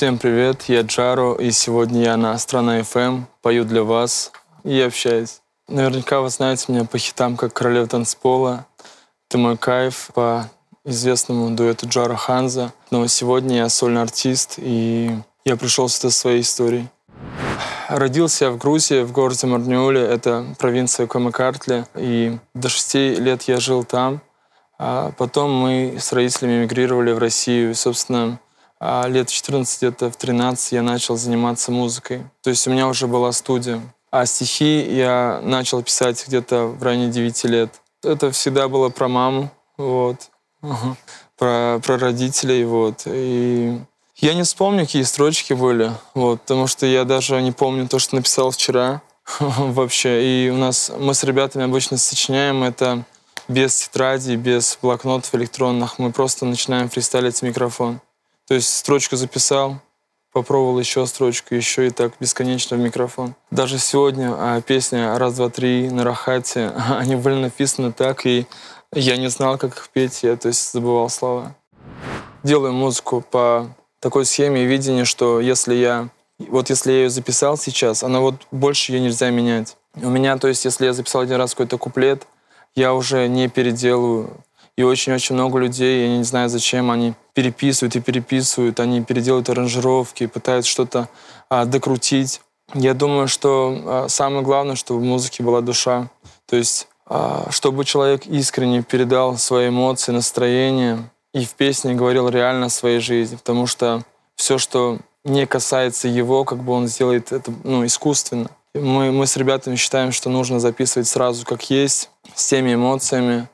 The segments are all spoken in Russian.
Всем привет, я Джаро, и сегодня я на Страна FM, пою для вас и общаюсь. Наверняка вы знаете меня по хитам как «Королева танцпола», «Ты мой кайф», по известному дуэту Джаро Ханза. Но сегодня я сольный артист, и я пришел сюда со своей историей. Родился я в Грузии, в городе Марниуле, это провинция Камакартли, и до 6 лет я жил там. А потом мы с родителями эмигрировали в Россию, и, собственно, лет 14, где-то в 13 я начал заниматься музыкой. То есть у меня уже была студия. А стихи я начал писать где-то в районе 9 лет. Это всегда было про маму, вот, про родителей, вот. И я не вспомню, какие строчки были, вот, потому что я даже не помню то, что написал вчера вообще. И мы с ребятами обычно сочиняем это без тетради, без блокнотов электронных. Мы просто начинаем фристайлить в микрофон. То есть строчку записал, попробовал еще строчку, еще и так бесконечно в микрофон. Даже сегодня песня «Раз, два, три» на Рахате, они были написаны так, и я не знал, как их петь, я забывал слова. Делаю музыку по такой схеме и видению, что если я ее записал сейчас, больше ее нельзя менять. У меня, если я записал один раз какой-то куплет, я уже не переделываю. И очень-очень много людей, я не знаю зачем, они переписывают, они переделывают аранжировки, пытаются что-то докрутить. Я думаю, что самое главное, чтобы в музыке была душа. То есть, чтобы человек искренне передал свои эмоции, настроение и в песне говорил реально о своей жизни. Потому что все, что не касается его, он сделает это искусственно. Мы с ребятами считаем, что нужно записывать сразу как есть, с теми эмоциями,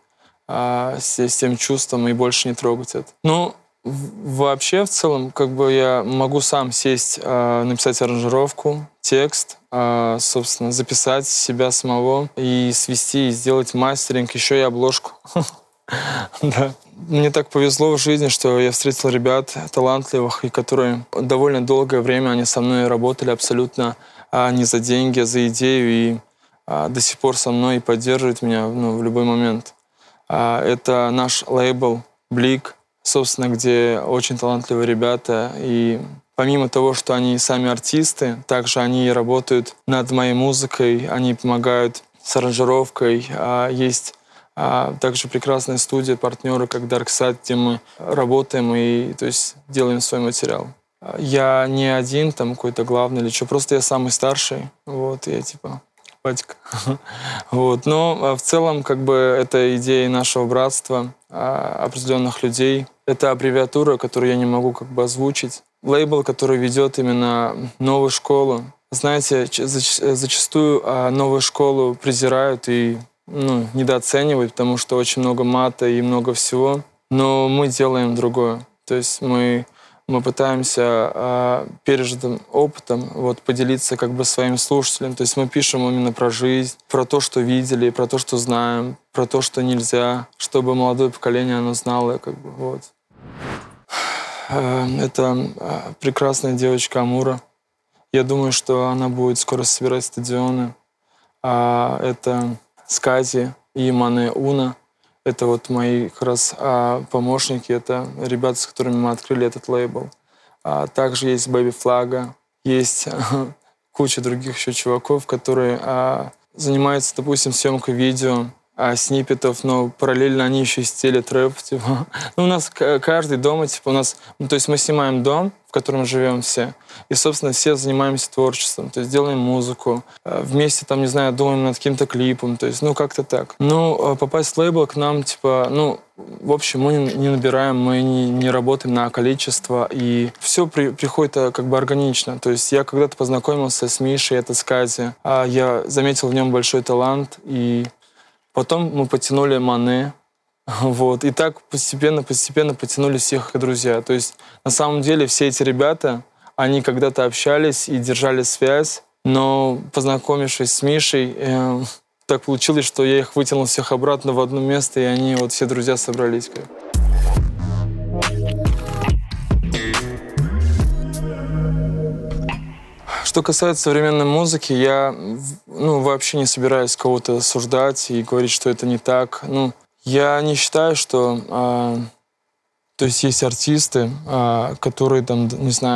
с тем чувством и больше не трогать это. Вообще, в целом, я могу сам сесть, написать аранжировку, текст, собственно, записать себя самого и свести, и сделать мастеринг, еще и обложку. Да. Мне так повезло в жизни, что я встретил ребят талантливых, и которые довольно долгое время они со мной работали абсолютно не за деньги, а за идею, и до сих пор со мной и поддерживают меня в любой момент. Это наш лейбл «Блик», собственно, где очень талантливые ребята. И помимо того, что они сами артисты, также они работают над моей музыкой, они помогают с аранжировкой. Есть также прекрасная студия, партнеры, как Dark Side, где мы работаем и делаем свой материал. Я не один, какой-то главный или что, просто я самый старший. Вот, я батька. Вот. Но в целом, это идея нашего братства, определенных людей. Это аббревиатура, которую я не могу озвучить. Лейбл, который ведет именно новую школу. Знаете, зачастую новую школу презирают и недооценивают, потому что очень много мата и много всего. Но мы делаем другое. То есть мы пытаемся пережитым опытом поделиться своим слушателям. То есть мы пишем именно про жизнь, про то, что видели, про то, что знаем, про то, что нельзя, чтобы молодое поколение оно знало. Это прекрасная девочка Амура. Я думаю, что она будет скоро собирать стадионы. Это Скази и Мане Уна. Это мои помощники, это ребята, с которыми мы открыли этот лейбл. Также есть Бэби Флага, есть куча других еще чуваков, которые занимаются, допустим, съемкой видео, сниппетов, но параллельно они еще и стелят рэп. У нас каждый дома, мы снимаем дом, в котором живем все, и, собственно, все занимаемся творчеством, то есть делаем музыку, вместе, думаем над каким-то клипом, как-то так. Попасть в лейбл к нам, в общем, мы не набираем, мы не работаем на количество, и все приходит органично. То есть я когда-то познакомился с Мишей, это Скази, я заметил в нем большой талант, и потом мы потянули Мане, и так постепенно потянули всех их друзья. То есть на самом деле все эти ребята, они когда-то общались и держали связь, но познакомившись с Мишей, так получилось, что я их вытянул всех обратно в одно место, и они все друзья собрались. Что касается современной музыки, я вообще не собираюсь кого-то осуждать и говорить, что это не так. Я не считаю, что... есть артисты, которые,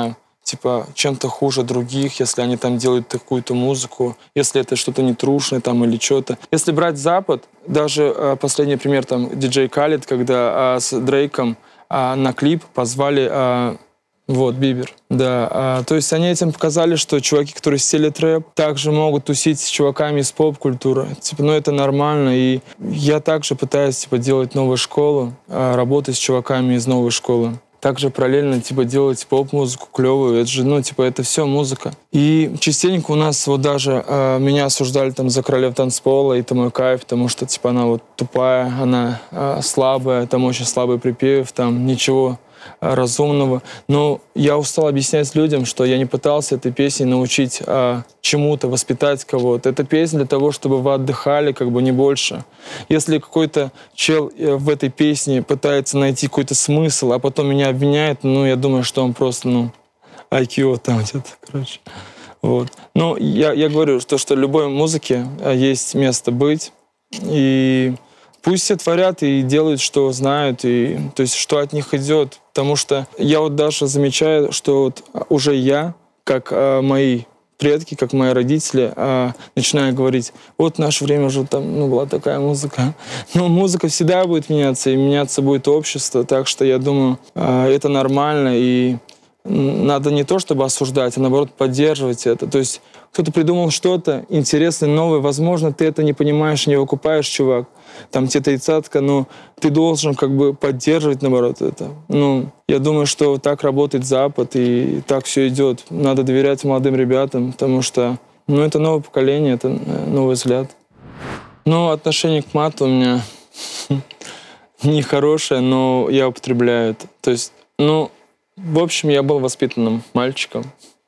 типа чем-то хуже других, если они там делают какую-то музыку, если это что-то нетрушное там или что-то. Если брать Запад, даже последний пример там диджей Khaled, когда с Дрейком на клип позвали вот, Бибер, да. То есть они этим показали, что чуваки, которые стелят рэп, также могут тусить с чуваками из поп-культуры. Типа, ну это нормально. И я также пытаюсь, типа, делать новую школу, работать с чуваками из новой школы. Также параллельно, типа, делать поп-музыку клевую. Это же, ну, типа, это все музыка. И частенько у нас вот даже меня осуждали там за королев танцпола, и это мой кайф, потому что, типа, она вот тупая, она слабая, там очень слабый припев, там ничего разумного. Но я устал объяснять людям, что я не пытался этой песней научить чему-то, воспитать кого-то. Это песня для того, чтобы вы отдыхали, как бы не больше. Если какой-то чел в этой песне пытается найти какой-то смысл, а потом меня обвиняет, ну, я думаю, что он просто, ну, IQ там где-то, короче. Вот. Ну, я говорю, что любой музыке есть место быть, и пусть все творят и делают, что знают, и, то есть, что от них идет. Потому что я вот даже замечаю, что вот уже я, как мои предки, как мои родители, начинаю говорить, вот в наше время уже там, ну, была такая музыка. Но музыка всегда будет меняться, и меняться будет общество. Так что я думаю, это нормально, и надо не то чтобы осуждать, а наоборот поддерживать это. То есть кто-то придумал что-то интересное, новое, возможно, ты это не понимаешь, не выкупаешь, чувак. Там тебе 30-ка, но ты должен как бы поддерживать, наоборот, это. Ну, я думаю, что так работает Запад, и так все идет. Надо доверять молодым ребятам, потому что, ну, это новое поколение, это новый взгляд. Ну, отношение к мату у меня нехорошее, но я употребляю это. То есть, ну, в общем, я был воспитанным мальчиком.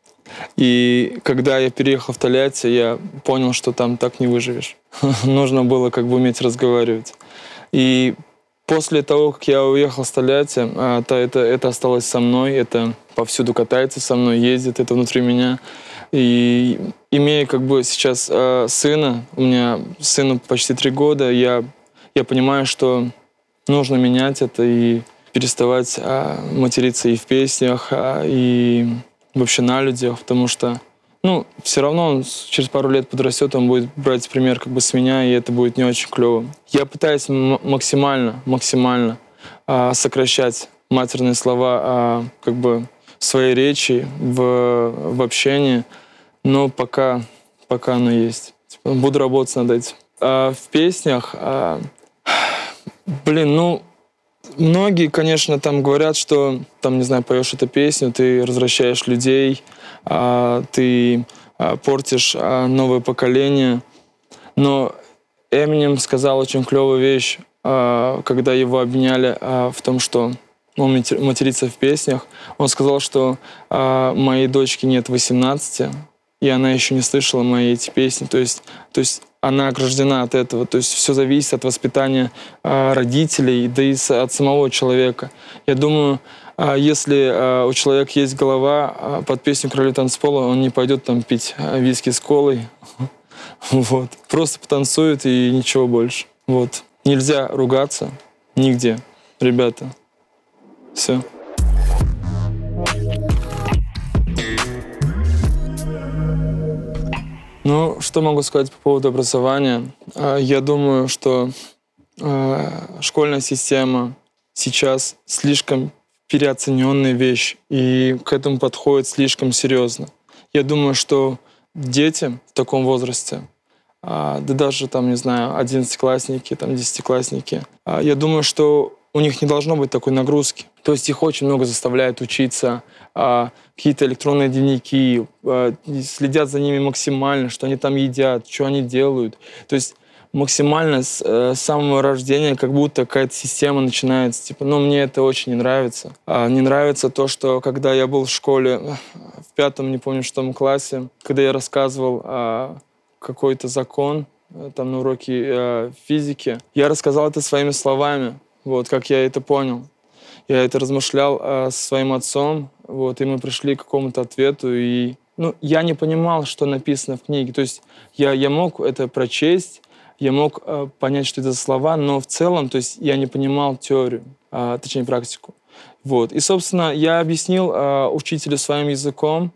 И когда я переехал в Тольятти, я понял, что там так не выживешь. Нужно было как бы уметь разговаривать. И после того, как я уехал с Тольятти, это осталось со мной, это повсюду катается со мной, ездит, это внутри меня. И имея как бы сейчас сына, у меня сыну почти 3 года, я понимаю, что нужно менять это и переставать материться и в песнях, и вообще на людях, потому что, ну, все равно он через пару лет подрастет, он будет брать пример как бы с меня, и это будет не очень клево. Я пытаюсь максимально сокращать матерные слова как бы в своей речи, в общении, но пока оно есть. Типа, буду работать над этим. В песнях, многие, конечно, там говорят, что, там, не знаю, поешь эту песню, ты развращаешь людей, ты портишь новое поколение. Но Эминем сказал очень клевую вещь, когда его обвиняли в том, что он матерится в песнях. Он сказал, что моей дочке нет 18, и она еще не слышала мои эти песни. То есть она ограждена от этого. То есть все зависит от воспитания родителей, да и от самого человека. Я думаю, если у человека есть голова под песню «Королев танцпола», он не пойдет там пить виски с колой. Вот. Просто потанцует и ничего больше. Вот. Нельзя ругаться нигде, ребята. Все. Ну, что могу сказать по поводу образования? Я думаю, что школьная система сейчас слишком переоцененная вещь, и к этому подходит слишком серьезно. Я думаю, что дети в таком возрасте, да даже, там, не знаю, 11-классники, там, 10-классники, я думаю, что у них не должно быть такой нагрузки. То есть их очень много заставляют учиться, какие-то электронные дневники, следят за ними максимально, что они там едят, что они делают. То есть максимально с самого рождения как будто какая-то система начинается. Типа, ну, мне это очень не нравится. Не нравится то, что когда я был в школе, в 5-м, не помню, что классе, когда я рассказывал какой-то закон, там на уроке физики, я рассказал это своими словами, вот, как я это понял. Я это размышлял со своим отцом, вот, и мы пришли к какому-то ответу, и я не понимал, что написано в книге. То есть я мог это прочесть, я мог понять, что это за слова, но в целом, то есть я не понимал теорию, точнее практику. Вот. И, собственно, я объяснил учителю своим языком,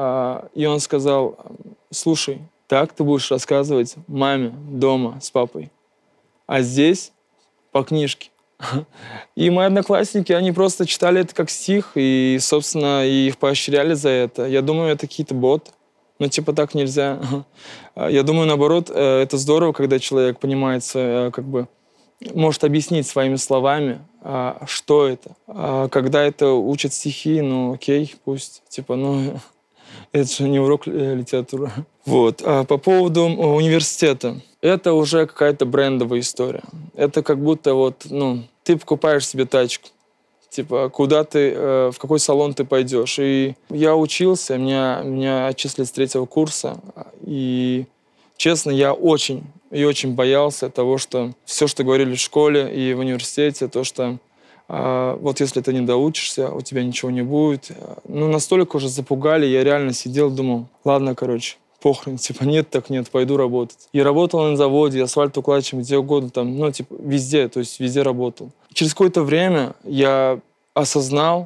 и он сказал: слушай, так ты будешь рассказывать маме дома с папой, а здесь по книжке. И мои одноклассники, они просто читали это как стих, и, собственно, их поощряли за это. Я думаю, это какие-то боты. Ну, типа, так нельзя. Я думаю, наоборот, это здорово, когда человек понимает, как бы, может объяснить своими словами, что это. Когда это учат стихи, ну, окей, пусть. Типа, ну, это же не урок литературы. Вот. По поводу университета. Это уже какая-то брендовая история. Это как будто вот, ну, ты покупаешь себе тачку. Типа, куда ты, в какой салон ты пойдешь. И я учился, меня отчислили с 3-го курса. И, честно, я очень боялся того, что все, что говорили в школе и в университете, то, что вот если ты не доучишься, у тебя ничего не будет. Ну, настолько уже запугали, я реально сидел, думал, ладно, короче, похрен, типа, нет, так нет, пойду работать. И работал на заводе, асфальтоукладчиком, где угодно там, ну, типа, везде, то есть везде работал. Через какое-то время я осознал,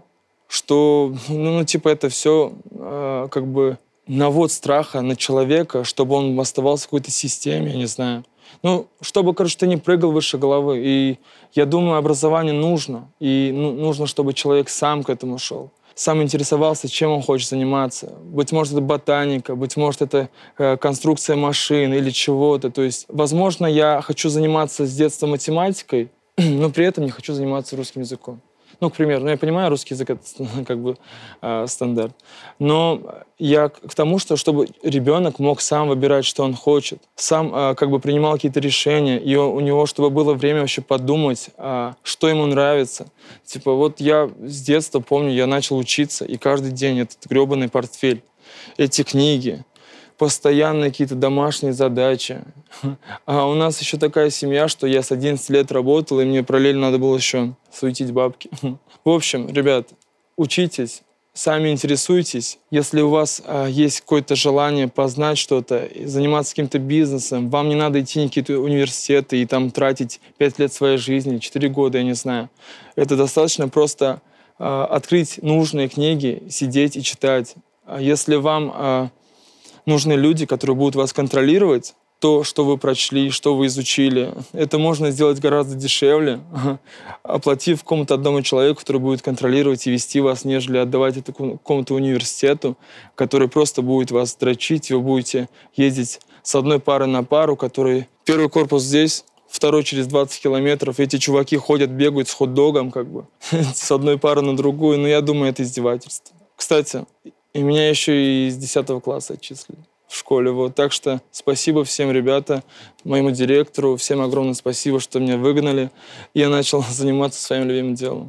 что, ну типа, это все как бы навод страха на человека, чтобы он оставался в какой-то системе, я не знаю. Ну, чтобы, короче, ты не прыгал выше головы. И я думаю, образование нужно. И нужно, чтобы человек сам к этому шел. Сам интересовался, чем он хочет заниматься. Быть может, это ботаника, быть может, это конструкция машин или чего-то. То есть, возможно, я хочу заниматься с детства математикой, но при этом не хочу заниматься русским языком. Ну, к примеру, я понимаю, русский язык — это как бы стандарт. Но я к тому, что чтобы ребенок мог сам выбирать, что он хочет, сам как бы принимал какие-то решения, и у него чтобы было время вообще подумать, что ему нравится. Типа вот я с детства помню, я начал учиться, и каждый день этот гребаный портфель, эти книги, постоянные какие-то домашние задачи. А у нас еще такая семья, что я с 11 лет работал, и мне параллельно надо было еще суетить бабки. В общем, ребят, учитесь, сами интересуйтесь. Если у вас есть какое-то желание познать что-то, заниматься каким-то бизнесом, вам не надо идти в какие-то университеты и там тратить 5 лет своей жизни, 4 года, я не знаю. Это достаточно просто открыть нужные книги, сидеть и читать. Если вам нужны люди, которые будут вас контролировать, то, что вы прочли, что вы изучили. Это можно сделать гораздо дешевле, оплатив какому-то одному человеку, который будет контролировать и вести вас, нежели отдавать это какому-то университету, который просто будет вас дрочить, и вы будете ездить с одной пары на пару, который первый корпус здесь, второй через 20 километров. Эти чуваки ходят, бегают с хот-догом, как бы, с одной пары на другую. Но я думаю, это издевательство. Кстати, и меня еще и с 10 класса отчислили в школе. Вот. Так что спасибо всем, ребята, моему директору. Всем огромное спасибо, что меня выгнали. И я начал заниматься своим любимым делом.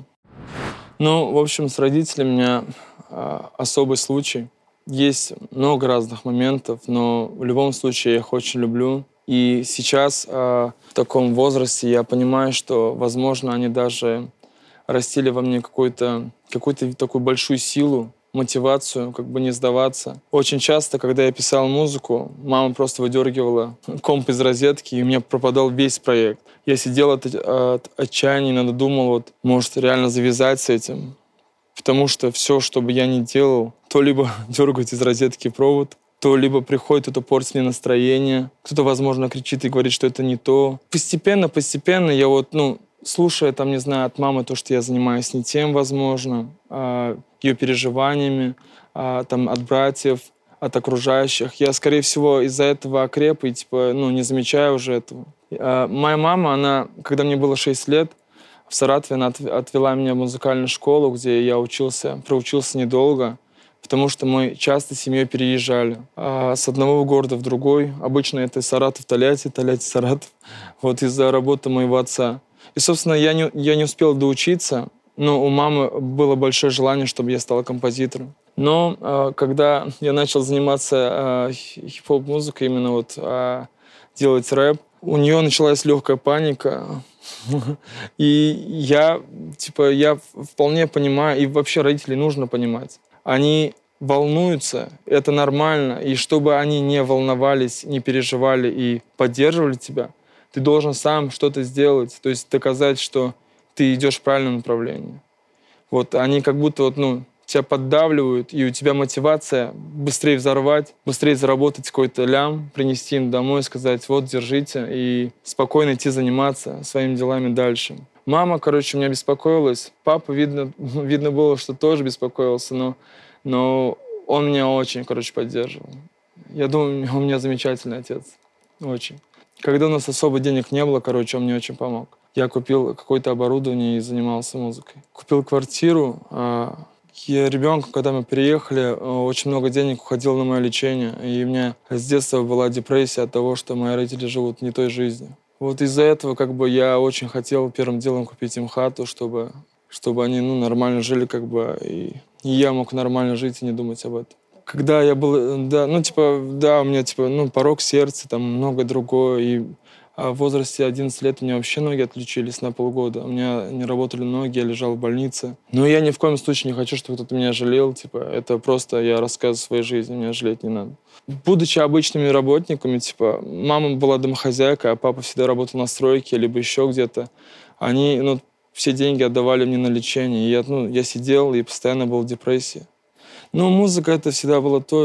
Ну, в общем, с родителями у меня особый случай. Есть много разных моментов, но в любом случае я их очень люблю. И сейчас в таком возрасте я понимаю, что, возможно, они даже растили во мне какую-то такую большую силу, мотивацию, как бы не сдаваться. Очень часто, когда я писал музыку, мама просто выдергивала комп из розетки, и у меня пропадал весь проект. Я сидел от отчаяния, иногда думал, вот, может, реально завязать с этим. Потому что все, что бы я ни делал, то либо дергают из розетки провод, то либо приходит, кто-то портит мне настроение, кто-то, возможно, кричит и говорит, что это не то. Постепенно я вот, слушая, там, не знаю, от мамы то, что я занимаюсь не тем, возможно, ее переживаниями, там, от братьев, от окружающих. Я, скорее всего, из-за этого окреп и, не замечаю уже этого. Моя мама, она, когда мне было 6 лет, в Саратове она отвела меня в музыкальную школу, где я проучился недолго, потому что мы часто с семьей переезжали с одного города в другой. Обычно это Саратов, Тольятти, Тольятти, Саратов. Вот из-за работы моего отца. И, собственно, я не успел доучиться, но у мамы было большое желание, чтобы я стал композитором. Но когда я начал заниматься хип-хоп-музыкой, именно вот делать рэп, у нее началась легкая паника. И я вполне понимаю, и вообще родителей нужно понимать. Они волнуются, это нормально. И чтобы они не волновались, не переживали и поддерживали тебя, ты должен сам что-то сделать, то есть доказать, что ты идешь в правильном направлении. Вот они как будто вот, ну, тебя поддавливают, и у тебя мотивация быстрее взорвать, быстрее заработать какой-то лям, принести им домой, сказать, вот, держите, и спокойно идти заниматься своими делами дальше. Мама, короче, у меня беспокоилась. Папа, видно было, что тоже беспокоился, но он меня очень, короче, поддерживал. Я думаю, у меня замечательный отец. Очень. Когда у нас особо денег не было, короче, он мне очень помог. Я купил какое-то оборудование и занимался музыкой. Купил квартиру. Я ребенком, когда мы приехали, очень много денег уходило на мое лечение. И у меня с детства была депрессия от того, что мои родители живут не той жизнью. Вот из-за этого как бы я очень хотел первым делом купить им хату, чтобы они нормально жили, как бы, и я мог нормально жить и не думать об этом. Когда я был, да, у меня, порог сердца, там, многое другое, и в возрасте 11 лет у меня вообще ноги отключились на полгода. У меня не работали ноги, я лежал в больнице. Но я ни в коем случае не хочу, чтобы кто-то меня жалел. Это просто я рассказываю своей жизни, меня жалеть не надо. Будучи обычными работниками, мама была домохозяйка, а папа всегда работал на стройке, либо еще где-то. Они, все деньги отдавали мне на лечение. И я сидел и постоянно был в депрессии. Но музыка это всегда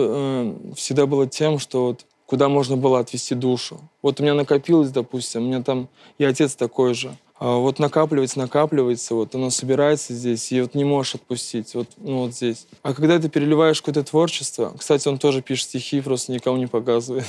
было тем, что вот куда можно было отвести душу. Вот у меня накопилось, допустим, у меня там и отец такой же. А вот накапливается, вот оно собирается здесь, и вот не можешь отпустить, вот здесь. А когда ты переливаешь какое-то творчество, кстати, он тоже пишет стихи, просто никому не показывает.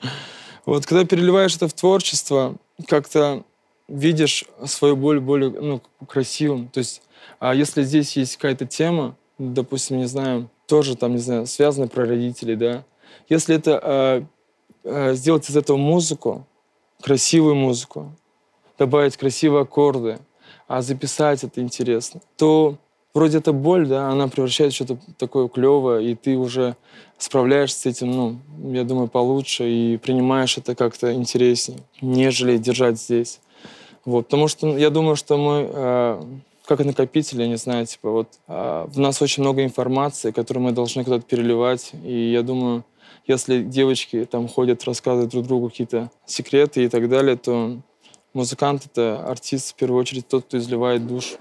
Вот когда переливаешь это в творчество, как-то видишь свою боль более красивым. То есть, а если здесь есть какая-то тема, допустим, не знаю, тоже там, не знаю, связанная про родителей, да, если это сделать из этого музыку, красивую музыку, добавить красивые аккорды, а записать это интересно, то вроде эта боль, да, она превращается в что-то такое клевое, и ты уже справляешься с этим, я думаю, получше, и принимаешь это как-то интереснее, нежели держать здесь. Вот, потому что я думаю, что мы, как накопители, я не знаю, в нас очень много информации, которую мы должны куда-то переливать, и я думаю, если девочки там ходят, рассказывают друг другу какие-то секреты и так далее, то музыкант — это артист, в первую очередь, тот, кто изливает душу.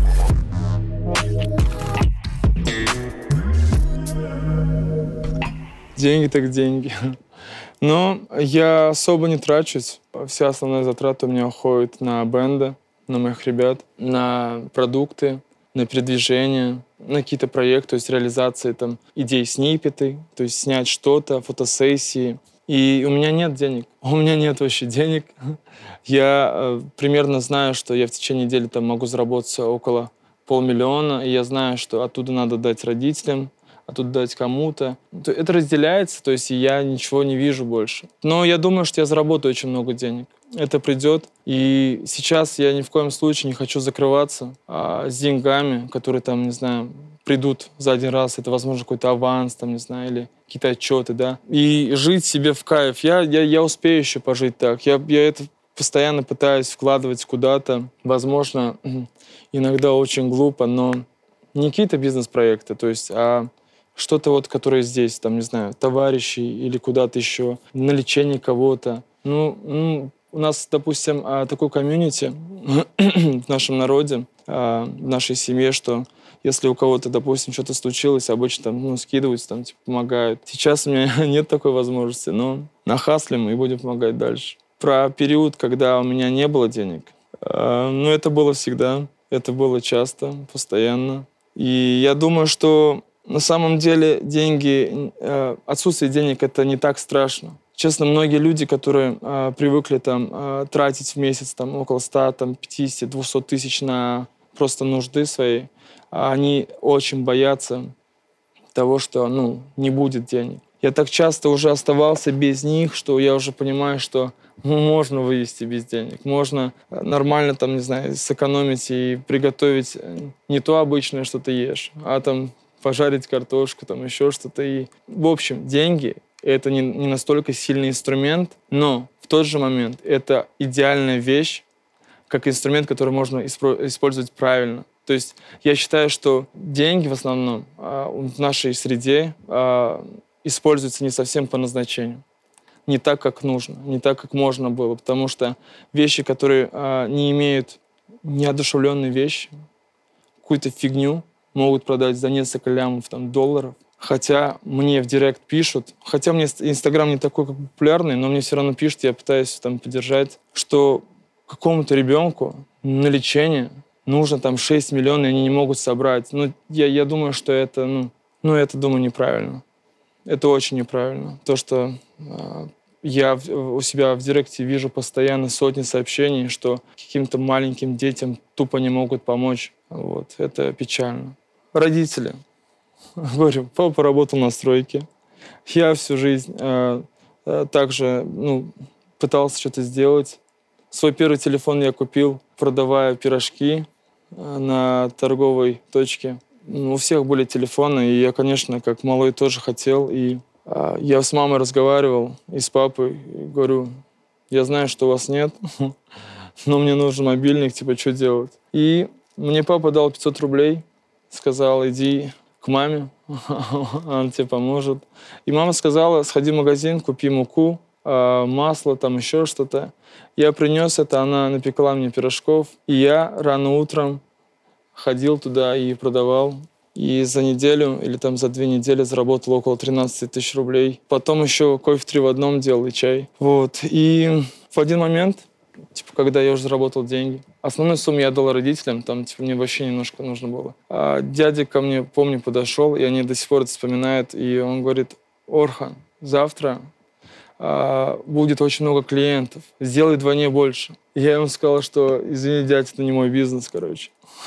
Деньги так деньги. Но я особо не трачусь. Вся основная затрата у меня уходит на бенда, на моих ребят, на продукты, на передвижение, на какие-то проекты, то есть реализации там идей сниппеты, то есть снять что-то, фотосессии. И у меня нет денег. У меня нет вообще денег. Я примерно знаю, что я в течение недели там могу заработать около $500 000, и я знаю, что оттуда надо дать родителям, оттуда дать кому-то. Это разделяется, то есть я ничего не вижу больше. Но я думаю, что я заработаю очень много денег. Это придет. И сейчас я ни в коем случае не хочу закрываться с деньгами, которые там, не знаю, придут за один раз. Это, возможно, какой-то аванс, там, не знаю, или какие-то отчеты, да. И жить себе в кайф. Я успею еще пожить так. Я это постоянно пытаюсь вкладывать куда-то. Возможно, иногда очень глупо, но не какие-то бизнес-проекты, то есть, а что-то вот, которое здесь, там, не знаю, товарищи или куда-то еще, на лечение кого-то. У нас, допустим, такой комьюнити в нашем народе, в нашей семье, что если у кого-то, допустим, что-то случилось, обычно там, скидываются, там, помогают. Сейчас у меня нет такой возможности, но нахаслим и будем помогать дальше. Про период, когда у меня не было денег. Это было всегда, это было часто, постоянно. И я думаю, что на самом деле отсутствие денег — это не так страшно. Честно, многие люди, которые привыкли там тратить в месяц там, около 100, 50, 200 тысяч на просто нужды свои, они очень боятся того, что не будет денег. Я так часто уже оставался без них, что я уже понимаю, что можно вывести без денег. Можно нормально там, не знаю, сэкономить и приготовить не то обычное, что ты ешь, а там пожарить картошку, там еще что-то. И, в общем, деньги — это не настолько сильный инструмент, но в тот же момент это идеальная вещь, как инструмент, который можно использовать правильно. То есть я считаю, что деньги в основном в нашей среде используются не совсем по назначению. Не так, как нужно, не так, как можно было. Потому что вещи, которые не имеют неодушевленные вещи, какую-то фигню могут продать за несколько лямов там, долларов. Хотя мне в директ пишут, хотя мне Инстаграм не такой как популярный, но мне все равно пишут, я пытаюсь там поддержать, что какому-то ребенку на лечение нужно там 6 миллионов, и они не могут собрать. Ну, я думаю, что это, это, думаю, неправильно. Это очень неправильно. То, что я у себя в директе вижу постоянно сотни сообщений, что каким-то маленьким детям тупо не могут помочь. Вот. Это печально. Родители. Говорю, папа работал на стройке. Я всю жизнь также пытался что-то сделать. Свой первый телефон я купил, продавая пирожки на торговой точке. У всех были телефоны, и я, конечно, как малой тоже хотел. И я с мамой разговаривал и с папой. И говорю, я знаю, что у вас нет, но мне нужен мобильник, типа, что делать? И мне папа дал 500 рублей, сказал, иди к маме, она тебе поможет. И мама сказала, сходи в магазин, купи муку, масло, там еще что-то. Я принес это, она напекла мне пирожков, и я рано утром ходил туда и продавал. И за неделю или там за 2 недели заработал около 13 тысяч рублей. Потом еще кофе 3 в одном делал и чай. Вот. И в один момент, когда я уже заработал деньги, основную сумму я дал родителям, там, мне вообще немножко нужно было. А дядя ко мне, помню, подошел, и они до сих пор это вспоминают, и он говорит, Орхан, завтра будет очень много клиентов, сделай вдвойне больше. И я ему сказал, что, извини, дядя, это не мой бизнес, короче.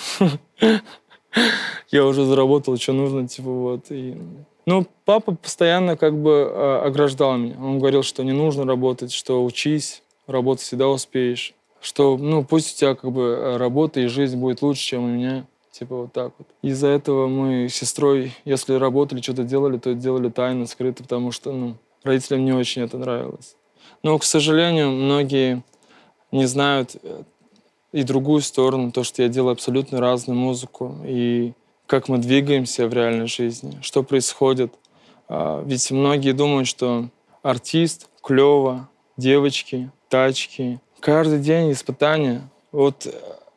Я уже заработал, что нужно, вот. Папа постоянно ограждал меня. Он говорил, что не нужно работать, что учись, работать всегда успеешь. Что, пусть у тебя работа и жизнь будет лучше, чем у меня. Вот так вот. Из-за этого мы с сестрой, если работали, что-то делали, то делали тайно, скрыто, потому что, родителям не очень это нравилось. Но, к сожалению, многие не знают и другую сторону, то, что я делаю абсолютно разную музыку, и как мы двигаемся в реальной жизни, что происходит. Ведь многие думают, что артист, клево, девочки, тачки. Каждый день испытания. Вот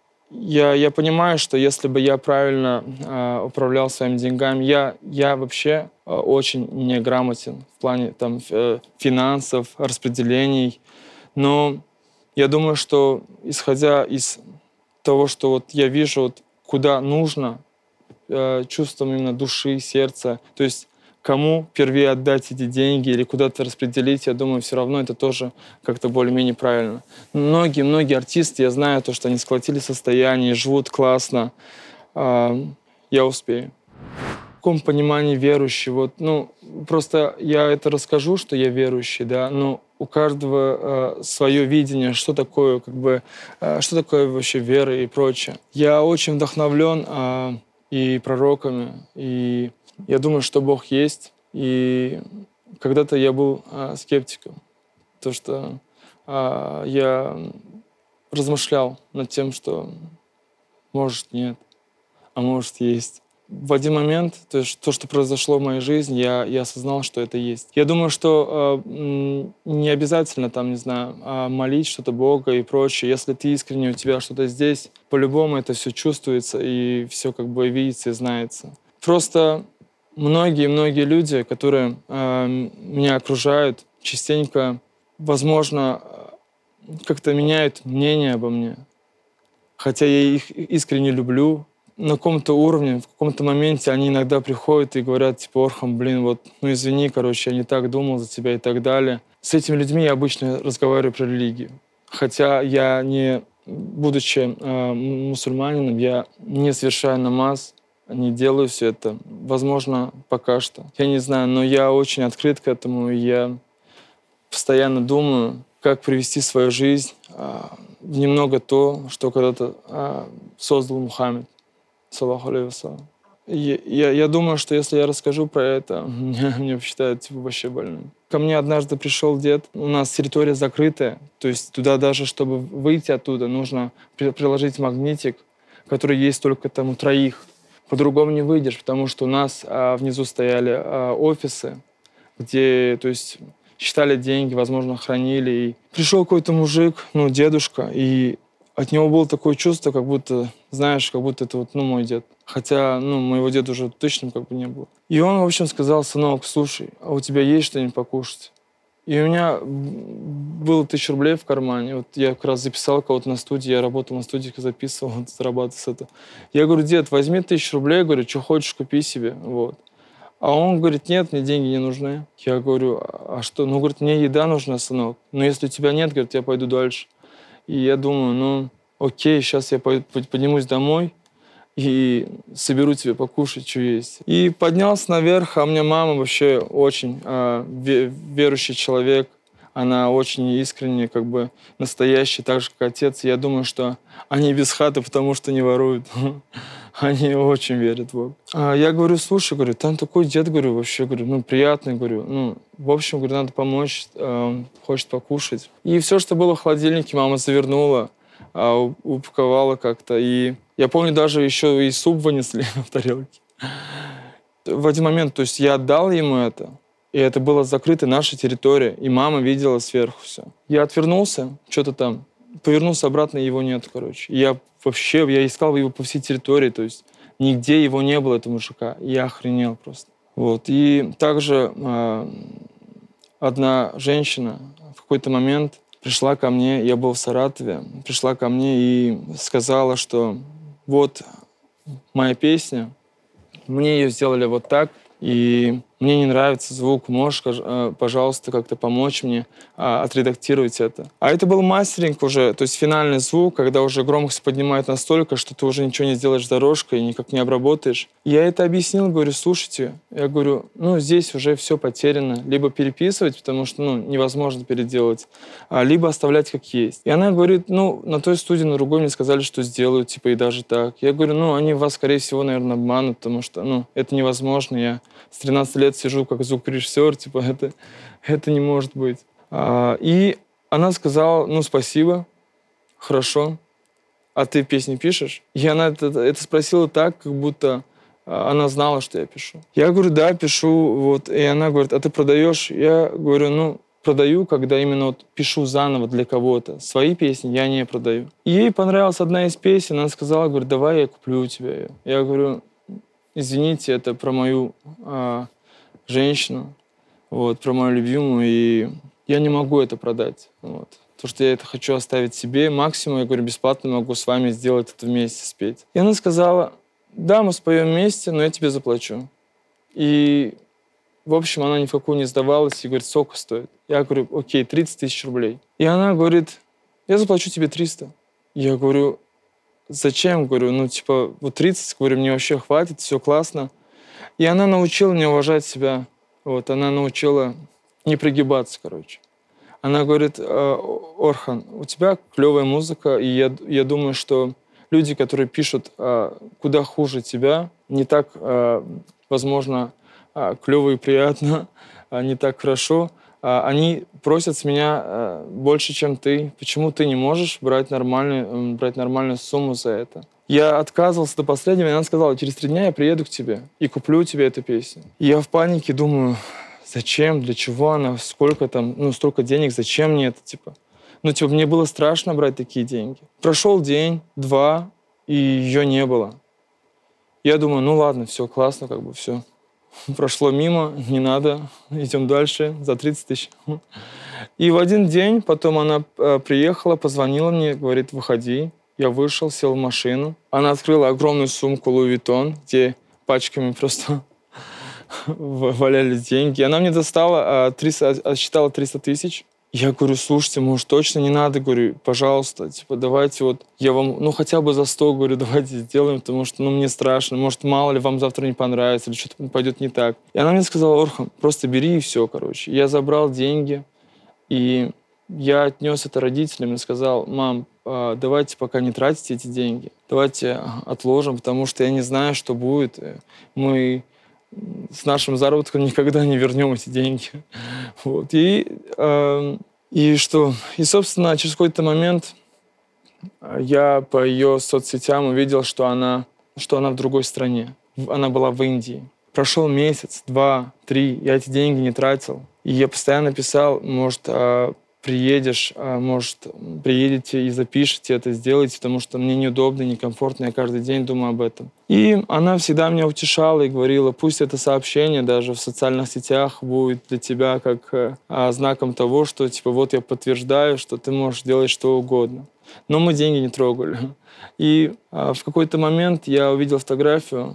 я понимаю, что если бы я правильно управлял своими деньгами, я вообще очень неграмотен в плане финансов, распределений. Но я думаю, что исходя из того, что я вижу, куда нужно, чувством именно души, сердца, то есть кому первее отдать эти деньги или куда-то распределить, я думаю, все равно это тоже как-то более-менее правильно. Многие артисты, я знаю, что они сколотили состояние, живут классно. Я успею. В каком понимании верующий? Просто я это расскажу, что я верующий, да, но у каждого свое видение, что такое вообще вера и прочее. Я очень вдохновлен и пророками, и я думаю, что Бог есть. И когда-то я был скептиком, то что я размышлял над тем, что может нет, а может есть. В один момент, то, что произошло в моей жизни, я осознал, что это есть. Я думаю, что не обязательно, молить что-то Бога и прочее. Если ты искренне, у тебя что-то здесь, по-любому это все чувствуется и все видится и знается. Просто многие люди, которые меня окружают, частенько, возможно, как-то меняют мнение обо мне. Хотя я их искренне люблю. На каком-то уровне, в каком-то моменте они иногда приходят и говорят, Орхан, извини, я не так думал за тебя и так далее. С этими людьми я обычно разговариваю про религию. Хотя я не, будучи мусульманином, я не совершаю намаз, не делаю все это. Возможно, пока что. Я не знаю, но я очень открыт к этому, и я постоянно думаю, как привести свою жизнь в немного то, что когда-то создал Мухаммед. Я думаю, что если я расскажу про это, меня посчитают вообще больным. Ко мне однажды пришел дед. У нас территория закрытая, то есть туда даже, чтобы выйти оттуда, нужно приложить магнитик, который есть только там у 3. По-другому не выйдешь, потому что у нас внизу стояли офисы, где, то есть, считали деньги, возможно, хранили. И пришел какой-то мужик, дедушка, и от него было такое чувство, как будто, знаешь, как будто это вот, ну, мой дед. Хотя, ну, моего деда уже точно как бы не было. И он, в общем, сказал: сынок, слушай, а у тебя есть что-нибудь покушать? И у меня было 1000 рублей в кармане. Вот я как раз записал кого-то на студии, я работал на студии, записывал, вот, зарабатывал с этого. Я говорю: дед, возьми 1000 рублей, говорю, что хочешь, купи себе. Вот. А он говорит: нет, мне деньги не нужны. Я говорю: а что? Ну, говорит, мне еда нужна, сынок. Но если у тебя нет, говорит, я пойду дальше. И я думаю, ну, окей, сейчас я поднимусь домой и соберу тебе покушать, что есть. И поднялся наверх, а у меня мама вообще очень верующий человек. Она очень искренне, как бы настоящая, так же, как отец. И я думаю, что они без хаты, потому что не воруют. Они очень верят в Бога. Я говорю: слушай, говорю, там такой дед, говорю, вообще, говорю, ну, приятный, говорю, ну, в общем, говорю, надо помочь, он хочет покушать. И все, что было в холодильнике, мама завернула, упаковала как-то. И я помню, даже еще и суп вынесли в тарелке. В один момент, то есть я отдал ему это, и это была закрытая наша территория, и мама видела сверху все. Я отвернулся, что-то там, повернулся обратно, и его нет, короче. Я искал его по всей территории, то есть нигде его не было, этого мужика. Я охренел просто. Вот. И также одна женщина в какой-то момент пришла ко мне, я был в Саратове, пришла ко мне и сказала, что вот моя песня, мне ее сделали вот так, и мне не нравится звук, можешь, пожалуйста, как-то помочь мне отредактировать это. А это был мастеринг уже, то есть финальный звук, когда уже громкость поднимает настолько, что ты уже ничего не сделаешь с дорожкой, никак не обработаешь. И я это объяснил, говорю: слушайте, я говорю, ну, здесь уже все потеряно. Либо переписывать, потому что, ну, невозможно переделать, либо оставлять как есть. И она говорит: ну, на той студии, на другой мне сказали, что сделают, типа, и даже так. Я говорю: ну, они вас, скорее всего, наверное, обманут, потому что, ну, это невозможно. Я с 13 лет сижу как звукорежиссер, типа, это не может быть. И она сказала: ну, спасибо, хорошо, а ты песни пишешь? И она это спросила так, как будто она знала, что я пишу. Я говорю: да, пишу, вот. И она говорит: а ты продаешь? Я говорю: ну, продаю, когда именно вот пишу заново для кого-то. Свои песни я не продаю. И ей понравилась одна из песен, она сказала, говорит: давай я куплю у тебя ее. Я говорю: извините, это про мою женщину, вот, про мою любимую, и я не могу это продать. Вот. Потому что я это хочу оставить себе. Максимум, я говорю, бесплатно могу с вами сделать это вместе, спеть. И она сказала: да, мы споем вместе, но я тебе заплачу. И, в общем, она ни в какую не сдавалась и говорит: сколько стоит? Я говорю: окей, 30 000 рублей. И она говорит: я заплачу тебе 300. Я говорю: зачем? Говорю, ну, типа, вот 30, говорю, мне вообще хватит, все классно. И она научила меня уважать себя. Вот, она научила не пригибаться, короче. Она говорит: Орхан, у тебя клевая музыка, и я думаю, что люди, которые пишут куда хуже тебя, не так, возможно, клево и приятно, не так хорошо, они просят с меня больше, чем ты. Почему ты не можешь брать нормальную сумму за это? Я отказывался до последнего, и она сказала: через 3 дня я приеду к тебе и куплю тебе эту песню. И я в панике думаю: зачем, для чего она, сколько там, ну, столько денег, зачем мне это, типа? Ну, типа, мне было страшно брать такие деньги. Прошел день, 2, и ее не было. Я думаю: ну ладно, все, классно, как бы все. Прошло мимо, не надо, идем дальше, за 30 000. И в один день потом она приехала, позвонила мне, говорит: выходи. Я вышел, сел в машину. Она открыла огромную сумку Louis Vuitton, где пачками просто валялись деньги. И она мне достала, отсчитала 300 000. Я говорю: слушайте, может, точно не надо? Говорю: пожалуйста, типа, давайте вот я вам, ну, хотя бы за 100, говорю, давайте сделаем, потому что, ну, мне страшно. Может, мало ли, вам завтра не понравится, или что-то пойдет не так. И она мне сказала: Орхан, просто бери и все, короче. Я забрал деньги, и я отнес это родителям и сказал: мам, давайте пока не тратите эти деньги, давайте отложим, потому что я не знаю, что будет. Мы с нашим заработком никогда не вернем эти деньги. Вот. И что? И, собственно, через какой-то момент я по ее соцсетям увидел, что она в другой стране. Она была в Индии. Прошел месяц, 2, 3, я эти деньги не тратил. И я постоянно писал: может, приедешь, может, приедете и запишите это, сделайте, потому что мне неудобно, некомфортно, я каждый день думаю об этом. И она всегда меня утешала и говорила, пусть это сообщение даже в социальных сетях будет для тебя как знаком того, что типа вот я подтверждаю, что ты можешь делать что угодно. Но мы деньги не трогали. И в какой-то момент я увидел фотографию,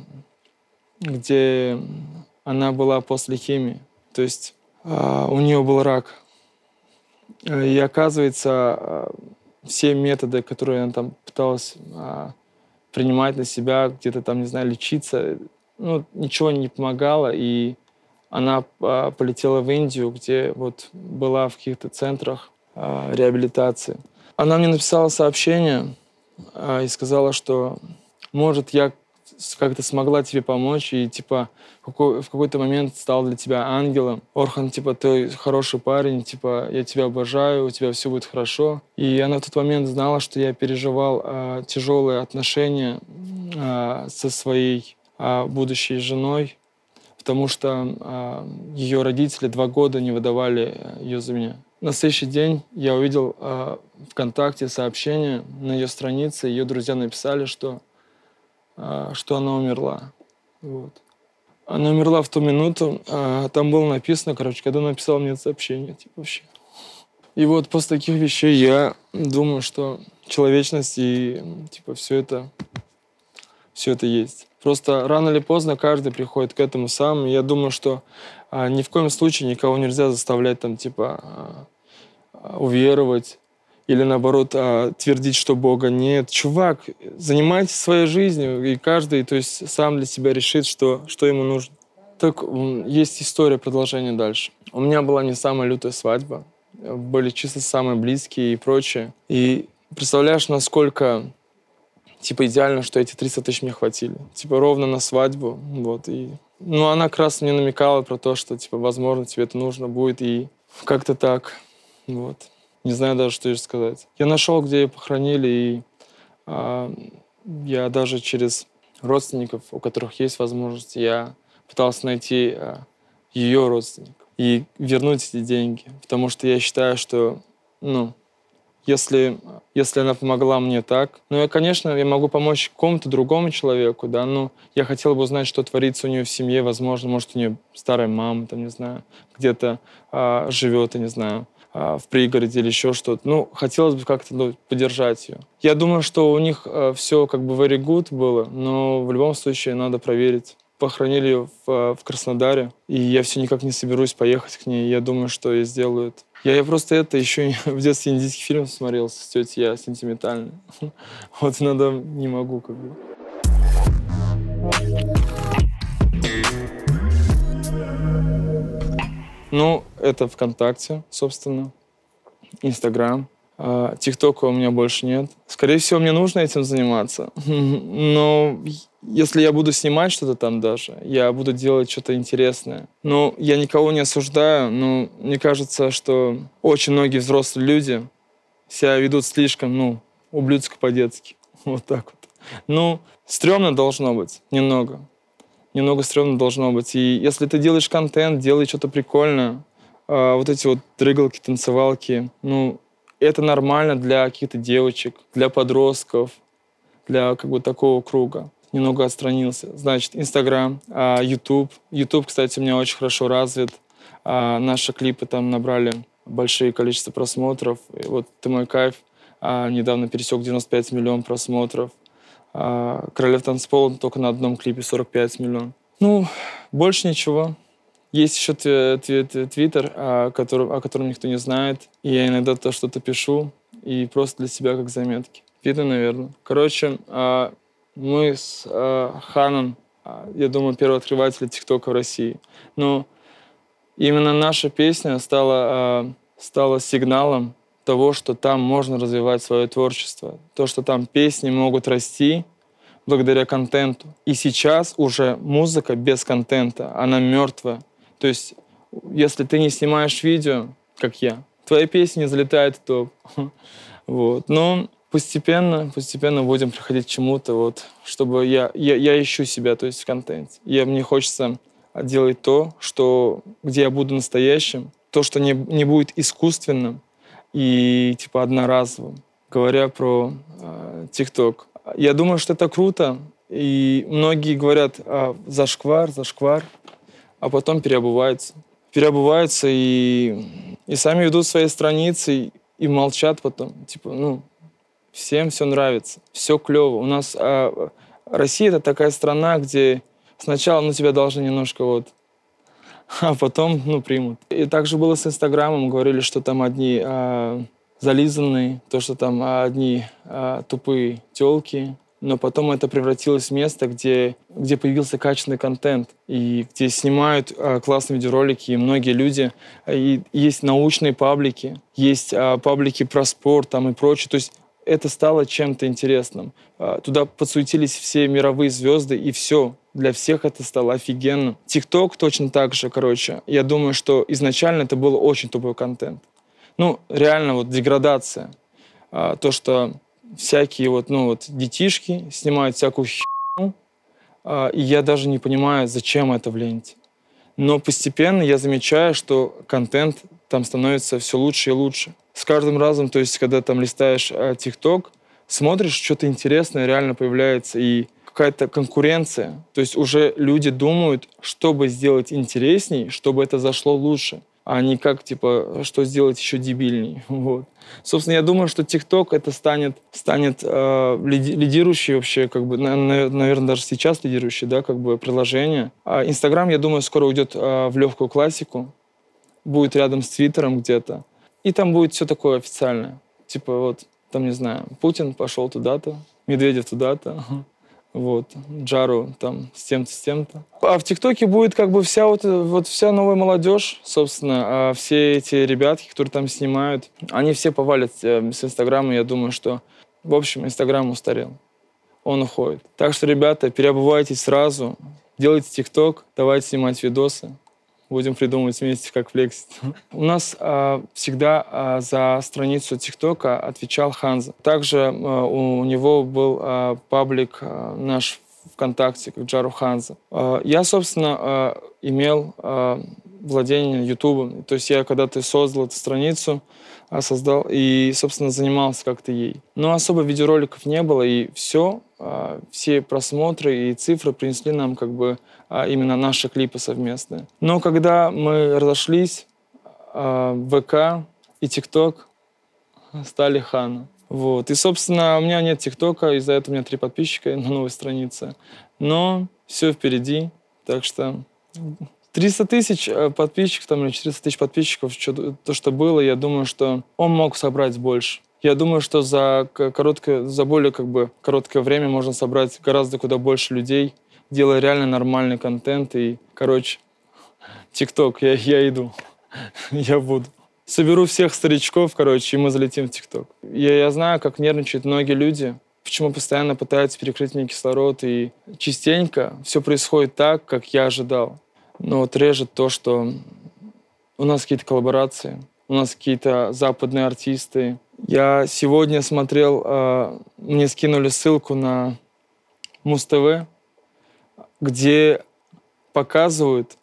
где она была после химии. То есть у нее был рак. И оказывается, все методы, которые она там пыталась принимать на себя, где-то там, не знаю, лечиться, ну, ничего не помогало. И она полетела в Индию, где вот была в каких-то центрах реабилитации. Она мне написала сообщение и сказала, что, может, я как-то смогла тебе помочь, и, типа, в какой-то момент стал для тебя ангелом. Орхан, типа, ты хороший парень, типа, я тебя обожаю, у тебя все будет хорошо. И она в тот момент знала, что я переживал тяжелые отношения со своей будущей женой, потому что ее родители 2 года не выдавали ее за меня. На следующий день я увидел ВКонтакте сообщение на ее странице, ее друзья написали, что она умерла. Вот. Она умерла в ту минуту. Там было написано, когда она написала мне это сообщение. Типа, вообще. И вот после таких вещей я думаю, что человечность и типа все это есть. Просто рано или поздно каждый приходит к этому сам. И я думаю, что ни в коем случае никого нельзя заставлять там, типа, уверовать или, наоборот, твердить, что Бога нет. Чувак, занимайтесь своей жизнью, и каждый, то есть, сам для себя решит, что ему нужно. Так, есть история, продолжение дальше. У меня была не самая лютая свадьба. Были чисто самые близкие и прочее. И представляешь, насколько, типа, идеально, что эти 300 тысяч мне хватили. Типа, ровно на свадьбу. Вот, и... Ну, она как раз мне намекала про то, что, типа, возможно, тебе это нужно будет, и как-то так. Вот. Не знаю даже, что еще сказать. Я нашел, где ее похоронили, и я даже через родственников, у которых есть возможность, я пытался найти ее родственников и вернуть эти деньги. Потому что я считаю, что, если она помогла мне так, конечно, я могу помочь какому-то другому человеку, да, но я хотел бы узнать, что творится у нее в семье, возможно, может, у нее старая мама, там, не знаю, где-то живет, я не знаю, в пригороде или еще что-то. Хотелось бы как-то поддержать ее. Я думаю, что у них все как бы very good было, но в любом случае надо проверить. Похоронили ее в Краснодаре, и я все никак не соберусь поехать к ней. Я думаю, что я сделаю это. Я просто еще в детстве индийский фильм смотрел с тетей Я «Сентиментальный». Вот иногда не могу как бы. Это ВКонтакте, собственно, Инстаграм. ТикТока у меня больше нет. Скорее всего, мне нужно этим заниматься. Но если я буду снимать что-то там даже, я буду делать что-то интересное. Я никого не осуждаю, но мне кажется, что очень многие взрослые люди себя ведут слишком, ублюдско по-детски. Вот так вот. Стрёмно должно быть немного. Немного стрёмно должно быть. И если ты делаешь контент, делай что-то прикольное. Вот эти вот дрыгалки, танцевалки, это нормально для каких-то девочек, для подростков, для как бы такого круга. Немного отстранился. Значит, Инстаграм, Ютуб. Ютуб, кстати, у меня очень хорошо развит. Наши клипы там набрали большое количество просмотров. И вот «Ты мой кайф» недавно пересек 95 миллионов просмотров. «Королев танцпола» только на одном клипе 45 миллионов. Больше ничего. Есть еще Твиттер, о котором никто не знает. И я иногда то что-то пишу, и просто для себя как заметки. Видно, наверное. Короче, мы с Ханом, я думаю, первооткрыватели ТикТока в России. Но именно наша песня стала сигналом того, что там можно развивать свое творчество. То, что там песни могут расти благодаря контенту. И сейчас уже музыка без контента, она мертвая. То есть, если ты не снимаешь видео, как я, твоя песня не залетает в топ. Вот. Но постепенно будем приходить к чему-то, вот, чтобы я ищу себя, то есть в контенте. Мне хочется делать то, где я буду настоящим, то, что не будет искусственным, и типа одноразовым, говоря про ТикТок. Я думаю, что это круто, и многие говорят зашквар, а потом переобуваются. Переобуваются и сами ведут свои страницы, и молчат потом. Типа, всем все нравится, все клево. У нас Россия — это такая страна, где сначала тебя должны немножко а потом примут. И также было с Инстаграмом. Говорили, что там одни зализанные, то, что там одни тупые тёлки. Но потом это превратилось в место, где появился качественный контент, и где снимают классные видеоролики, и многие люди. И есть научные паблики, есть паблики про спорт там, и прочее. То есть это стало чем-то интересным. Туда подсуетились все мировые звезды, и все. Для всех это стало офигенно. ТикТок точно так же, Я думаю, что изначально это был очень тупой контент. Реально деградация. То, что всякие детишки снимают всякую херню, и я даже не понимаю, зачем это в ленте. Но постепенно я замечаю, что контент там становится все лучше и лучше. С каждым разом, то есть, когда там листаешь ТикТок, смотришь, что-то интересное реально появляется, и какая-то конкуренция. То есть уже люди думают, чтобы сделать интересней, чтобы это зашло лучше, а не как, что сделать еще дебильней. Собственно, я думаю, что ТикТок это станет лидирующий вообще, наверное, даже сейчас лидирующий, приложение. А Инстаграм, я думаю, скоро уйдет в легкую классику, будет рядом с Твиттером где-то, и там будет все такое официальное. Там, не знаю, Путин пошел туда-то, Медведев туда-то, Джару там с тем-то, с тем-то. А в ТикТоке будет вся новая молодежь, собственно, все эти ребятки, которые там снимают, они все повалят с Инстаграма. Я думаю, что, в общем, Инстаграм устарел. Он уходит. Так что, ребята, переобувайтесь сразу, делайте ТикТок, давайте снимать видосы. Будем придумывать вместе, как флексить. У нас всегда за страницу ТикТока отвечал Ханза. Также у него был паблик наш ВКонтакте, как Джару Ханза. Я, собственно, имел владение Ютубом. То есть я когда-то создал эту страницу, создал и, собственно, занимался как-то ей. Но особо видеороликов не было, и все просмотры и цифры принесли нам именно наши клипы совместные. Но когда мы разошлись, ВК и ТикТок стали Хана. И, собственно, у меня нет ТикТока, из-за этого у меня 3 подписчика на новой странице. Но все впереди, так что 300 тысяч подписчиков или 400 тысяч подписчиков, то, что было, я думаю, что он мог собрать больше. Я думаю, что за более короткое время можно собрать гораздо куда больше людей, делая реально нормальный контент. И, ТикТок, я иду, я буду. Соберу всех старичков, и мы залетим в ТикТок. Я знаю, как нервничают многие люди, почему постоянно пытаются перекрыть мне кислород, и частенько все происходит так, как я ожидал. Но режет то, что у нас какие-то коллаборации, у нас какие-то западные артисты. Я сегодня смотрел, мне скинули ссылку на Муз-ТВ, где показывают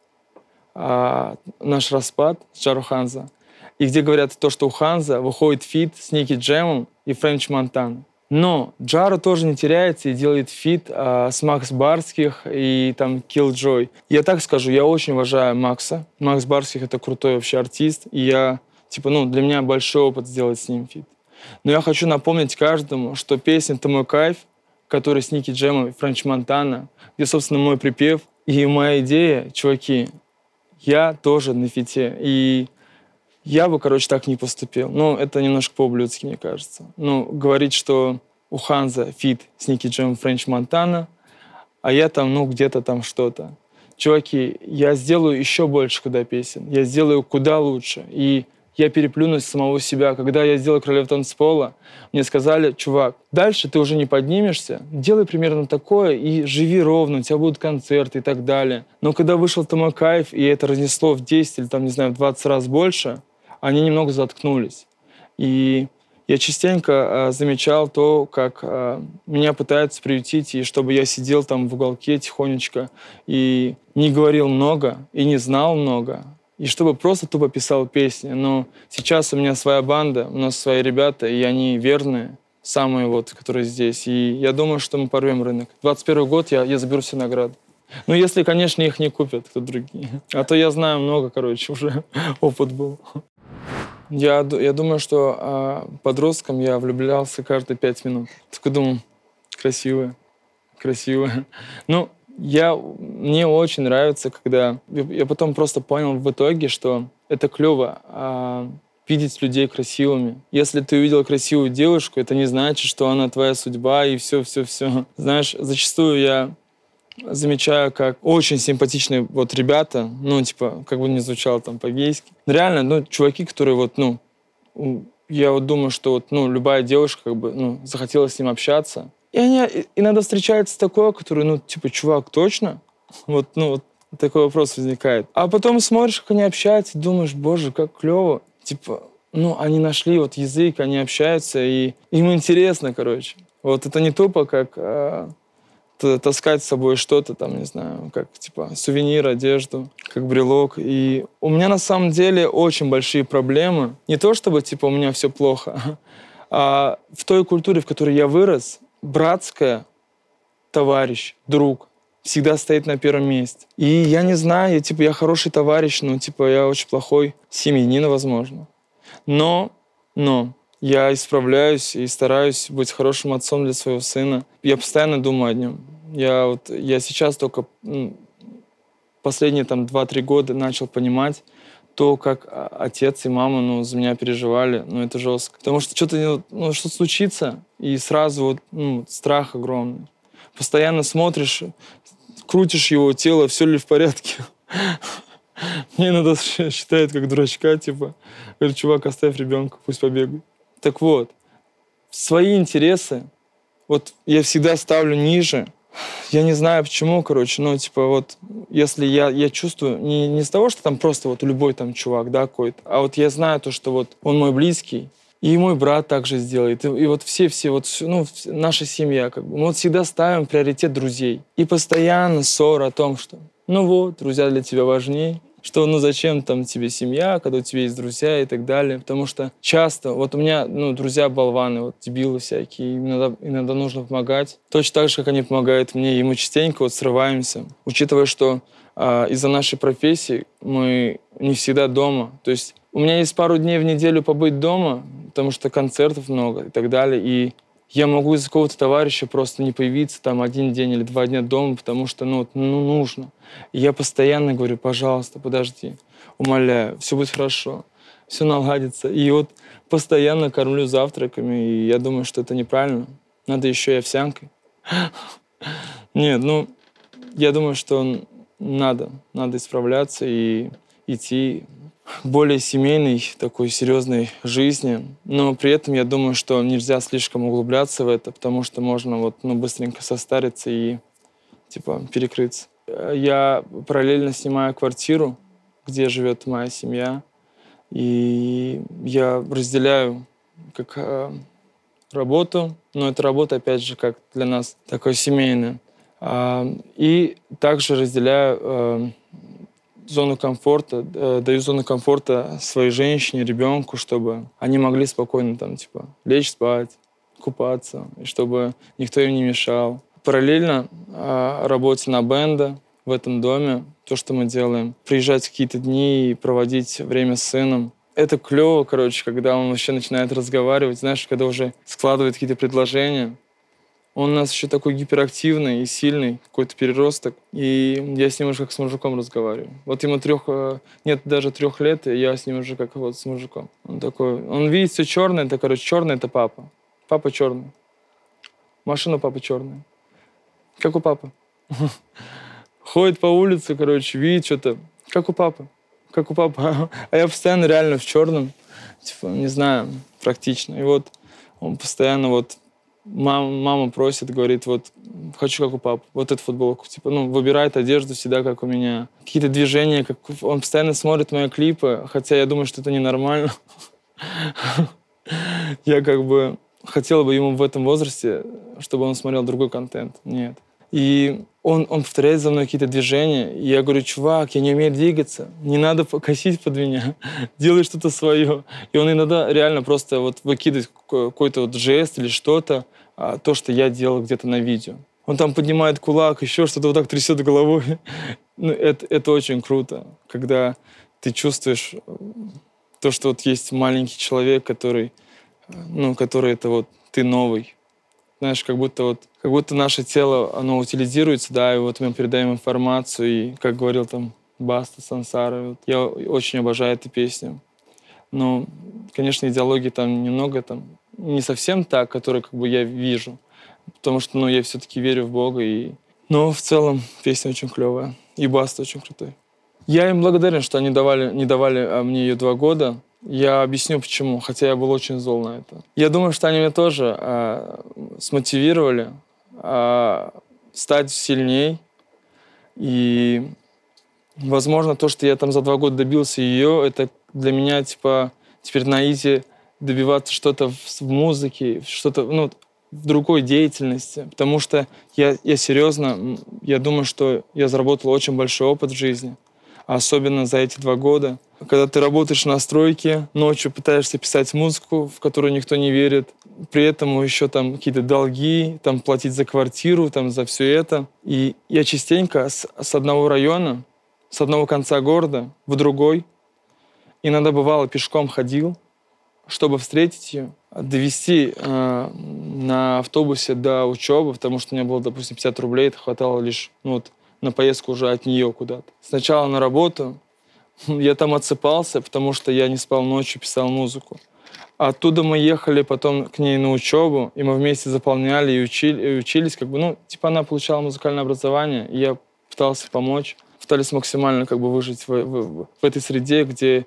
наш распад с Джару Ханза, и где говорят то, что у Ханза выходит фит с Ники Джемом и Френч Монтана. Но Джару тоже не теряется и делает фит с Макс Барских и там Killjoy. Я так скажу, я очень уважаю Макса. Макс Барских — это крутой вообще артист, и для меня большой опыт сделать с ним фит. Но я хочу напомнить каждому, что песня «Ты мой кайф», которая с Ники Джемом и Френч Монтана, где, собственно, мой припев и моя идея, чуваки, я тоже на фите. И я бы, так не поступил. Это немножко по-ублюдски, мне кажется. Говорить, что у Ханза фит с Ники Джемом и Френч Монтана, а я там, где-то там что-то. Чуваки, я сделаю еще больше куда песен. Я сделаю куда лучше. И я переплюнусь самого себя. Когда я сделал «Королев танцпола», мне сказали: чувак, дальше ты уже не поднимешься, делай примерно такое и живи ровно, у тебя будут концерты и так далее. Но когда вышел «Ты мой кайф», и это разнесло в 10 или в 20 раз больше, они немного заткнулись. И я частенько замечал то, как меня пытаются приютить, и чтобы я сидел там в уголке тихонечко и не говорил много, и не знал много, и чтобы просто тупо писал песни. Но сейчас у меня своя банда, у нас свои ребята, и они верные, самые вот, которые здесь. И я думаю, что мы порвем рынок. 21 год я заберу все награды. Ну, если, конечно, их не купят кто другие. А то я знаю много, короче, уже опыт был. Я думаю, что подростком я влюблялся каждые 5 минут. Такой думал, красивая. Ну, мне очень нравится, когда... Я потом просто понял в итоге, что это клево видеть людей красивыми. Если ты увидел красивую девушку, это не значит, что она твоя судьба и все. Знаешь, зачастую я замечаю, как очень симпатичные вот ребята, ну, типа, как бы ни звучало там по-гейски. Реально, ну, чуваки, которые вот, ну, я вот думаю, что вот, ну, любая девушка как бы, ну, захотела с ним общаться. И они иногда встречаются такое, который, ну, типа, чувак, точно? Вот, ну, вот такой вопрос возникает. А потом смотришь, как они общаются, и думаешь, боже, как клево. Типа, ну, они нашли вот язык, они общаются, и им интересно, короче. Вот это не тупо, как таскать с собой что-то там, не знаю, как, типа, сувенир, одежду, как брелок. И у меня на самом деле очень большие проблемы. Не то, чтобы, типа, у меня все плохо, а в той культуре, в которой я вырос, братская, товарищ, друг, всегда стоит на первом месте. И я не знаю, я хороший товарищ, но, типа, я очень плохой семьянин, возможно. Но я исправляюсь и стараюсь быть хорошим отцом для своего сына. Я постоянно думаю о нем. Я сейчас только последние там 2-3 года начал понимать то, как отец и мама, ну, за меня переживали. Ну, это жестко. Потому что что-то случится, и сразу вот, ну, страх огромный. Постоянно смотришь, крутишь его тело, все ли в порядке. Мне иногда считают как дурачка, типа, говорит, чувак, оставь ребенка, пусть побегает. Так вот, свои интересы, вот я всегда ставлю ниже. Я не знаю почему, короче, но типа вот, если я чувствую, не с того, что там просто вот любой там чувак, да, какой-то, а вот я знаю то, что вот он мой близкий, и мой брат также сделает, и вот все вот, ну, наша семья, как бы, мы вот всегда ставим приоритет друзей. И постоянно ссора о том, что, ну вот, друзья для тебя важнее, что, ну, зачем там тебе семья, когда у тебя есть друзья и так далее. Потому что часто, вот у меня, ну, друзья болваны, вот дебилы всякие, иногда нужно помогать. Точно так же, как они помогают мне, и мы частенько вот срываемся. Учитывая, что из-за нашей профессии мы не всегда дома. То есть у меня есть пару дней в неделю побыть дома, потому что концертов много и так далее, и я могу из-за какого-то товарища просто не появиться там 1 день или 2 дня дома, потому что, ну нужно. И я постоянно говорю, пожалуйста, подожди, умоляю, все будет хорошо, все наладится. И вот постоянно кормлю завтраками, и я думаю, что это неправильно. Надо еще и овсянкой. Нет, ну, я думаю, что надо исправляться и идти к более семейной, такой серьезной жизни. Но при этом я думаю, что нельзя слишком углубляться в это, потому что можно вот, ну, быстренько состариться и типа перекрыться. Я параллельно снимаю квартиру, где живет моя семья, и я разделяю как работу, но эта работа, опять же, как для нас такой семейная. И также разделяю зону комфорта, даю зону комфорта своей женщине, ребенку, чтобы они могли спокойно там, типа, лечь спать, купаться, и чтобы никто им не мешал. Параллельно работе на бенда в этом доме, то, что мы делаем, приезжать в какие-то дни и проводить время с сыном. Это клево, короче, когда он вообще начинает разговаривать, знаешь, когда уже складывает какие-то предложения. Он у нас еще такой гиперактивный и сильный, какой-то переросток. И я с ним уже как с мужиком разговариваю. Вот ему нет даже 3 лет, и я с ним уже как вот с мужиком. Он такой, он видит все черное, это, короче, черное — это папа. Папа черный. Машина папы черная. Как у папы. Ходит по улице, короче, видит что-то. Как у папы. Как у папы. А я постоянно реально в черном. Типа, не знаю, практично. И вот он постоянно вот мама просит, говорит, вот, хочу как у папы, вот эту футболку. Типа, ну, выбирает одежду всегда, как у меня. Какие-то движения, как он постоянно смотрит мои клипы, хотя я думаю, что это ненормально. Я как бы хотел бы ему в этом возрасте, чтобы он смотрел другой контент. Нет. И он повторяет за мной какие-то движения. И я говорю: чувак, я не умею двигаться, не надо косить под меня, делай что-то свое. И он иногда реально просто вот выкидывает какой-то вот жест или что-то, то, что я делал где-то на видео. Он там поднимает кулак, еще что-то вот так трясет головой. Ну, это очень круто, когда ты чувствуешь то, что вот есть маленький человек, который это вот ты новый. Знаешь, как будто наше тело, оно утилизируется, да, и вот мы передаем информацию, и, как говорил там Баста, Сансара, вот, я очень обожаю эту песню. Но, конечно, идеологии там немного, там, не совсем так, которую как бы я вижу, потому что, я все-таки верю в Бога, но в целом песня очень клевая, и Баста очень крутой. Я им благодарен, что они не давали мне ее 2 года. Я объясню, почему, хотя я был очень зол на это. Я думаю, что они меня тоже смотивировали стать сильней. И, возможно, то, что я там за 2 года добился ее, это для меня, теперь на изи добиваться что-то в музыке, что-то, в другой деятельности. Потому что я серьезно, я думаю, что я заработал очень большой опыт в жизни. Особенно за эти 2 года. Когда ты работаешь на стройке, ночью пытаешься писать музыку, в которую никто не верит, при этом еще там какие-то долги, там платить за квартиру, там за все это. И я частенько с одного района, с одного конца города в другой, иногда бывало пешком ходил, чтобы встретить ее, довести на автобусе до учебы, потому что у меня было, допустим, 50 рублей, это хватало лишь, на поездку уже от нее куда-то. Сначала на работу, я там отсыпался, потому что я не спал ночью, писал музыку. Оттуда мы ехали потом к ней на учебу, и мы вместе заполняли и учились, она получала музыкальное образование, и я пытался помочь. Пытались максимально выжить в этой среде, где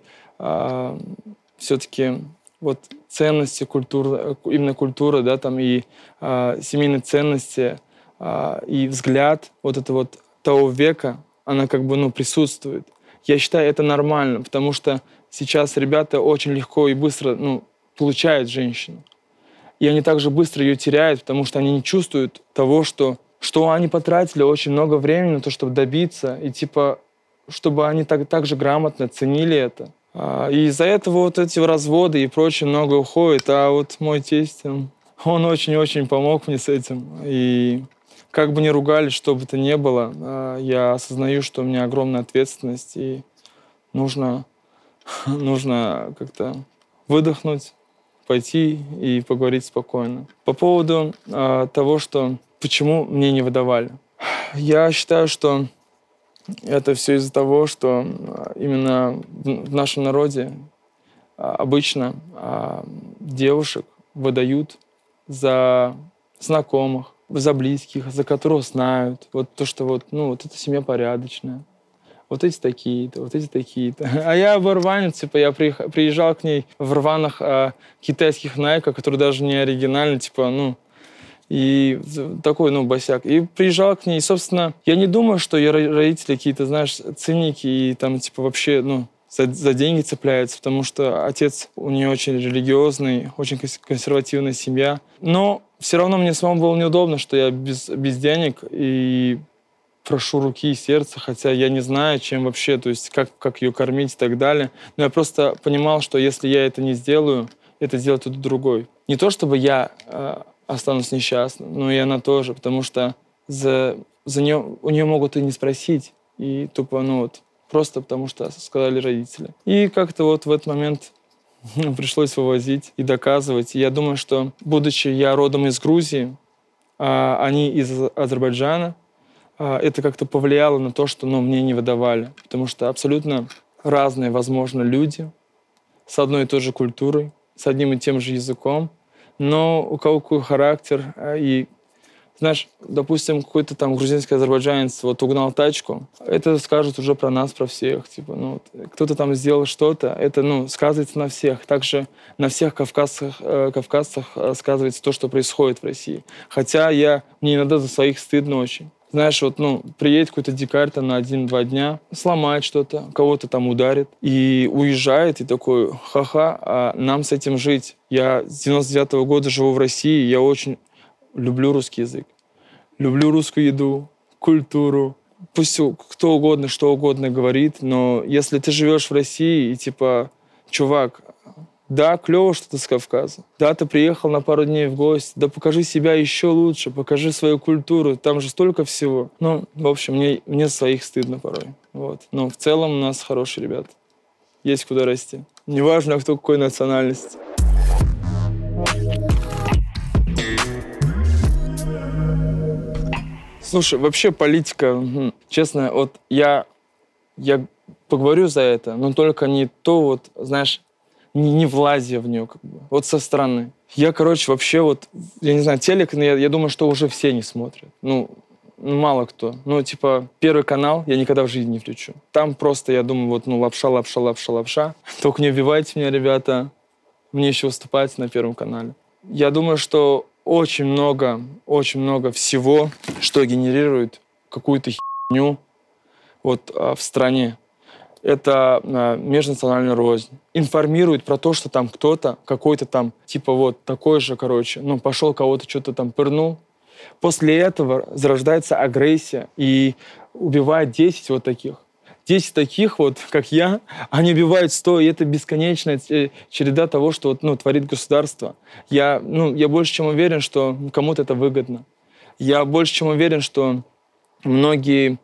все-таки вот ценности, именно культура, да, там и семейные ценности, и взгляд того века, она присутствует. Я считаю, это нормально, потому что сейчас ребята очень легко и быстро получают женщину. И они также быстро ее теряют, потому что они не чувствуют того, что они потратили очень много времени на то, чтобы добиться, и чтобы они так же грамотно ценили это. И из-за этого эти разводы и прочее много уходит. А вот мой тесть, он очень-очень помог мне с этим. И как бы ни ругали, что бы то ни было, я осознаю, что у меня огромная ответственность, и нужно как-то выдохнуть, пойти и поговорить спокойно. По поводу того, почему мне не выдавали. Я считаю, что это все из-за того, что именно в нашем народе обычно девушек выдают за знакомых, за близких, за которых знают. Эта семья порядочная. Вот эти такие-то, вот эти такие-то. А я оборванец, я приезжал к ней в рваных китайских найках, которые даже не оригинальные, и такой, босяк. И приезжал к ней, и, собственно, я не думаю, что ее родители какие-то, знаешь, циники и вообще, за деньги цепляются, потому что отец у нее очень религиозный, очень консервативная семья. Но все равно мне самому было неудобно, что я без денег и прошу руки и сердца, хотя я не знаю, чем вообще, то есть как ее кормить и так далее. Но я просто понимал, что если я это не сделаю, это сделает кто-то другой. Не то, чтобы я останусь несчастным, но и она тоже, потому что у нее могут и не спросить, и тупо, просто потому что сказали родители. И как-то в этот момент пришлось вывозить и доказывать. И я думаю, что, будучи я родом из Грузии, они из Азербайджана, это как-то повлияло на то, что мне не выдавали. Потому что абсолютно разные, возможно, люди с одной и той же культурой, с одним и тем же языком, но у кого какой характер. И, знаешь, допустим, какой-то там грузинский азербайджанец угнал тачку, это скажут уже про нас, про всех. Кто-то там сделал что-то, это, сказывается на всех. Также на всех кавказцах сказывается то, что происходит в России. Хотя мне иногда за своих стыдно очень. Знаешь, приедет какой-то дикарь на 1-2 дня, сломает что-то, кого-то там ударит и уезжает, и такой, ха-ха, а нам с этим жить. Я с 99-го года живу в России, я очень люблю русский язык. люблю русскую еду, культуру. Пусть кто угодно, что угодно говорит, но если ты живешь в России и типа, чувак, да, клево, что ты с Кавказа. Да, ты приехал на пару дней в гости. Да покажи себя еще лучше, покажи свою культуру. Там же столько всего. Ну, в общем, мне своих стыдно порой. Вот. Но в целом у нас хорошие ребята. Есть куда расти. Неважно, кто какой национальности. Слушай, вообще политика, честно, вот я поговорю за это, но только не то вот, знаешь, не влазя в нее, как бы, вот со стороны. Я, короче, вообще вот, я не знаю, телек, я думаю, что уже все не смотрят. Ну, мало кто. Ну, типа, Первый канал я никогда в жизни не включу. Там просто, я думаю, вот, ну, лапша, лапша, лапша, лапша. Только не убивайте меня, ребята. Мне еще выступать на Первом канале. Я думаю, что очень много всего, что генерирует какую-то херню вот в стране. Это межнациональная рознь. Информирует про то, что там кто-то, какой-то там, типа вот такой же, короче, ну, пошел кого-то что-то там пырнул. После этого зарождается агрессия и убивает 10 вот таких. 10 таких вот, как я, они убивают 100, и это бесконечная череда того, что вот, ну, творит государство. Я больше чем уверен, что кому-то это выгодно. Я больше чем уверен, что многие,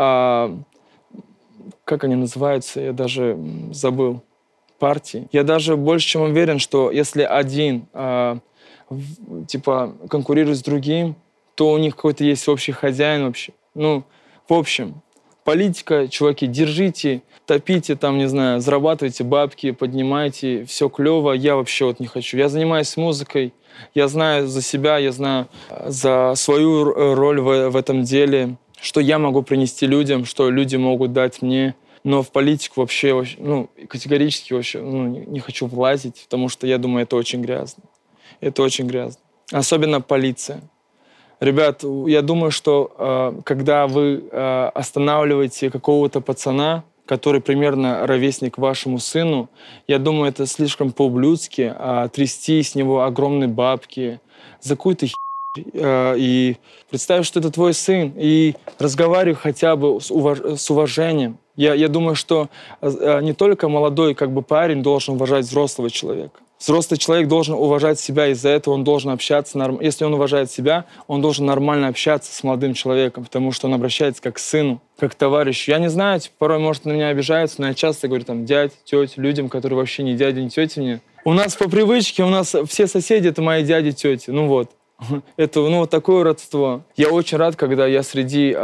как они называются, я даже забыл, партии. Я даже больше чем уверен, что если один типа конкурирует с другим, то у них какой-то есть общий хозяин вообще. Ну, в общем, политика, чуваки, держите, топите там, не знаю, зарабатывайте бабки, поднимайте, все клево. Я вообще вот не хочу. Я занимаюсь музыкой, я знаю за себя, я знаю за свою роль в этом деле, что я могу принести людям, что люди могут дать мне. Но в политику вообще ну, категорически вообще, ну, не хочу влазить, потому что я думаю, это очень грязно. Это очень грязно. Особенно полиция. Ребят, я думаю, что когда вы останавливаете какого-то пацана, который примерно ровесник вашему сыну, я думаю, это слишком по-ублюдски трясти с него огромные бабки за какую-то и представь, что это твой сын, и разговаривай хотя бы с уважением. Я думаю, что не только молодой как бы парень должен уважать взрослого человека. Взрослый человек должен уважать себя, из-за этого он должен общаться нормально. Если он уважает себя, он должен нормально общаться с молодым человеком, потому что он обращается как к сыну, как к товарищу. Я не знаю, порой, может, на меня обижаются, но я часто говорю там дядь, тетя, людям, которые вообще не дяди, не тети мне. У нас по привычке, у нас все соседи — это мои дяди, тети. Ну вот. Это, ну, вот такое родство. Я очень рад, когда я среди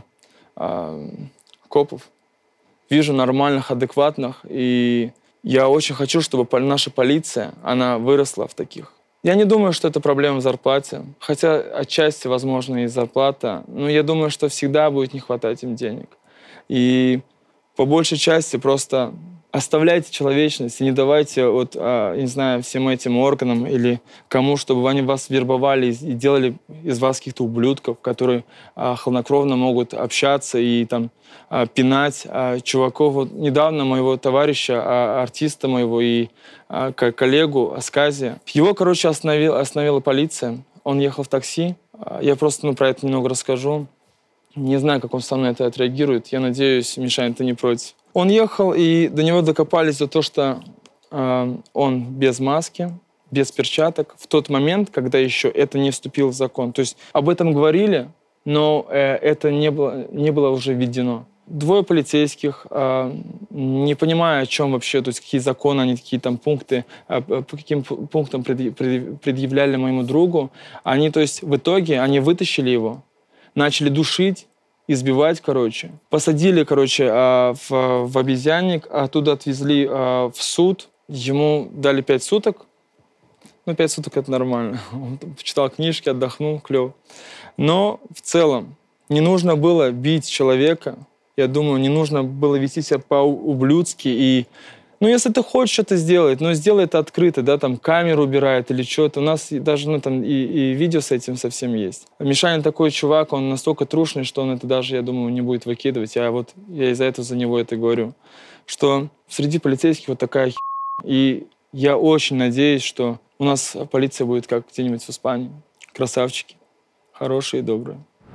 копов вижу нормальных, адекватных, и я очень хочу, чтобы наша полиция, она выросла в таких. Я не думаю, что это проблема в зарплате, хотя отчасти, возможно, и зарплата, но я думаю, что всегда будет не хватать им денег. И по большей части просто оставляйте человечность и не давайте, вот, не знаю, всем этим органам или кому, чтобы они вас вербовали и делали из вас каких-то ублюдков, которые хладнокровно могут общаться и там пинать чуваков. Вот недавно моего товарища, артиста моего и коллегу Асказия, его, короче, остановила полиция. Он ехал в такси. Я просто про это немного расскажу. Не знаю, как он со мной это отреагирует. Я надеюсь, Мишань, ты не против. Он ехал, и до него докопались за то, что он без маски, без перчаток, в тот момент, когда еще это не вступило в закон. То есть об этом говорили, но это не было уже введено. Двое полицейских, не понимая, о чем вообще, то есть какие законы, они какие там пункты, по каким пунктам предъявляли моему другу, они, то есть в итоге, они вытащили его, начали душить, избивать, короче. Посадили, короче, в обезьянник, оттуда отвезли в суд. Ему дали 5 суток. Ну, 5 суток — это нормально. Он почитал книжки, отдохнул, клево. Но в целом не нужно было бить человека. Я думаю, не нужно было вести себя по-ублюдски и... Ну, если ты хочешь что-то сделать, но сделай это открыто, да, там камеру убирает или что-то. У нас даже, ну, там и видео с этим совсем есть. Мишаня такой чувак, он настолько трушный, что он это даже, я думаю, не будет выкидывать. Я из-за этого за него это говорю. Что среди полицейских вот такая И я очень надеюсь, что у нас полиция будет как где-нибудь в Испании. Красавчики. Хорошие и добрые.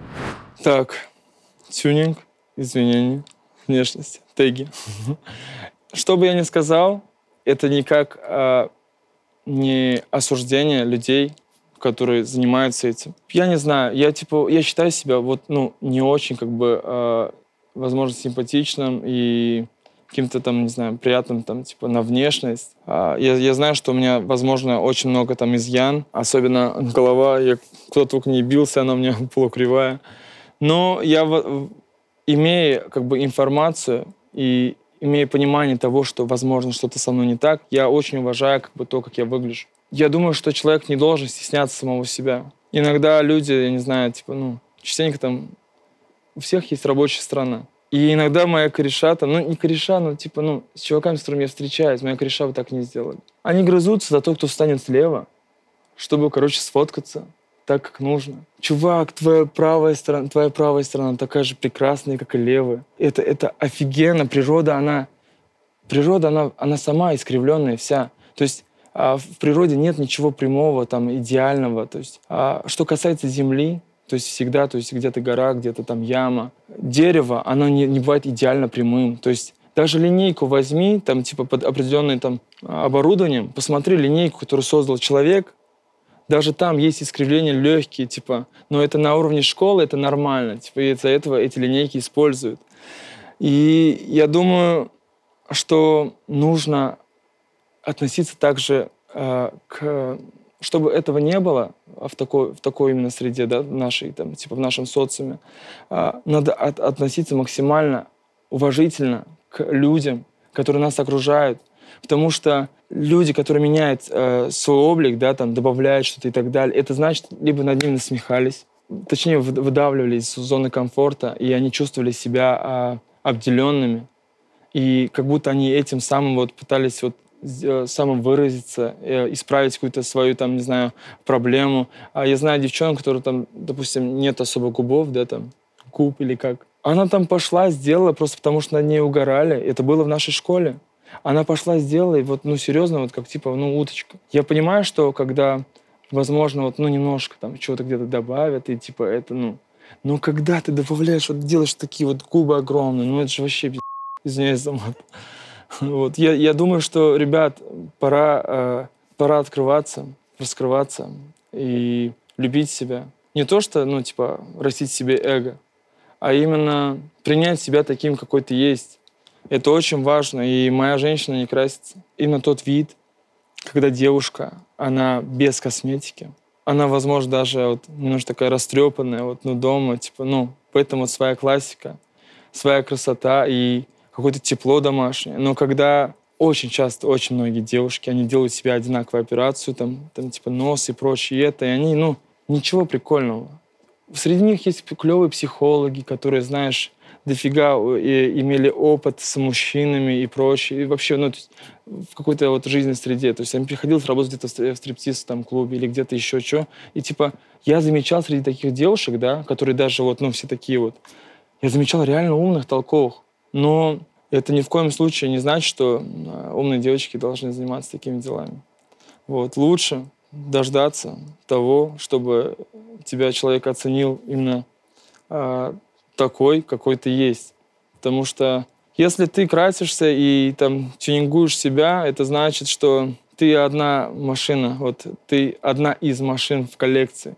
Так, тюнинг, извинения, внешность, теги. Что бы я ни сказал, это никак не осуждение людей, которые занимаются этим. Я не знаю, я считаю себя не очень возможно, симпатичным и каким-то там, не знаю, приятным там, на внешность. Я знаю, что у меня, возможно, очень много там изъян, особенно голова, я куда только не бился, она у меня полукривая. Но я, имея информацию и имея понимание того, что, возможно, что-то со мной не так, я очень уважаю то, как я выгляжу. Я думаю, что человек не должен стесняться самого себя. Иногда люди, я не знаю, частенько там у всех есть рабочая сторона. И иногда моя кореша, не кореша, с чуваками, с которыми я встречаюсь, моя кореша вот так не сделали. Они грызутся за то, кто встанет слева, чтобы, сфоткаться так, как нужно. Чувак, твоя правая сторона такая же прекрасная, как и левая. Это офигенно. Природа, она сама искривленная вся. То есть в природе нет ничего прямого, идеального. То есть, что касается Земли, то есть всегда, где-то гора, где-то там яма. Дерево, оно не бывает идеально прямым. То есть даже линейку возьми, под определенным оборудованием, посмотри линейку, которую создал человек, даже там есть искривления легкие, но это на уровне школы, это нормально. И из-за этого эти линейки используют. И я думаю, что нужно относиться также чтобы этого не было в такой именно среде, да, нашей, в нашем социуме, надо относиться максимально уважительно к людям, которые нас окружают. Потому что люди, которые меняют свой облик, да, добавляют что-то и так далее, это значит, либо над ними насмехались, точнее, выдавливали из зоны комфорта, и они чувствовали себя обделенными. И как будто они этим самым пытались самовыразиться, исправить какую-то свою, проблему. Я знаю девчонку, которая допустим, нет особо губов, да, губ или как. Она пошла, сделала просто потому, что над ней угорали. Это было в нашей школе. Она пошла, сделала, и серьезно, уточка. Я понимаю, что когда, возможно, немножко чего-то где-то добавят, и но когда ты добавляешь, делаешь такие губы огромные, это же вообще, извиняюсь за мат. Я думаю, что, ребят, пора открываться, раскрываться и любить себя. Не то, что, растить себе эго, а именно принять себя таким, какой ты есть. Это очень важно, и моя женщина не красится. Именно тот вид, когда девушка, она без косметики, она, возможно, даже немножко такая растрепанная, дома, поэтому своя классика, своя красота и какое-то тепло домашнее. Но когда очень часто, очень многие девушки, они делают себе одинаковую операцию, нос и прочее, и они, ничего прикольного. Среди них есть клевые психологи, которые, знаешь, дофига имели опыт с мужчинами и прочее. И вообще, в какой-то жизненной среде. То есть им приходилось работать где-то в стриптиз-клубе или где-то еще что. И я замечал среди таких девушек, да, которые даже все такие я замечал реально умных, толковых. Но это ни в коем случае не значит, что умные девочки должны заниматься такими делами. Лучше дождаться того, чтобы тебя человек оценил именно такой, какой ты есть. Потому что если ты красишься и тюнингуешь себя, это значит, что ты одна машина, ты одна из машин в коллекции.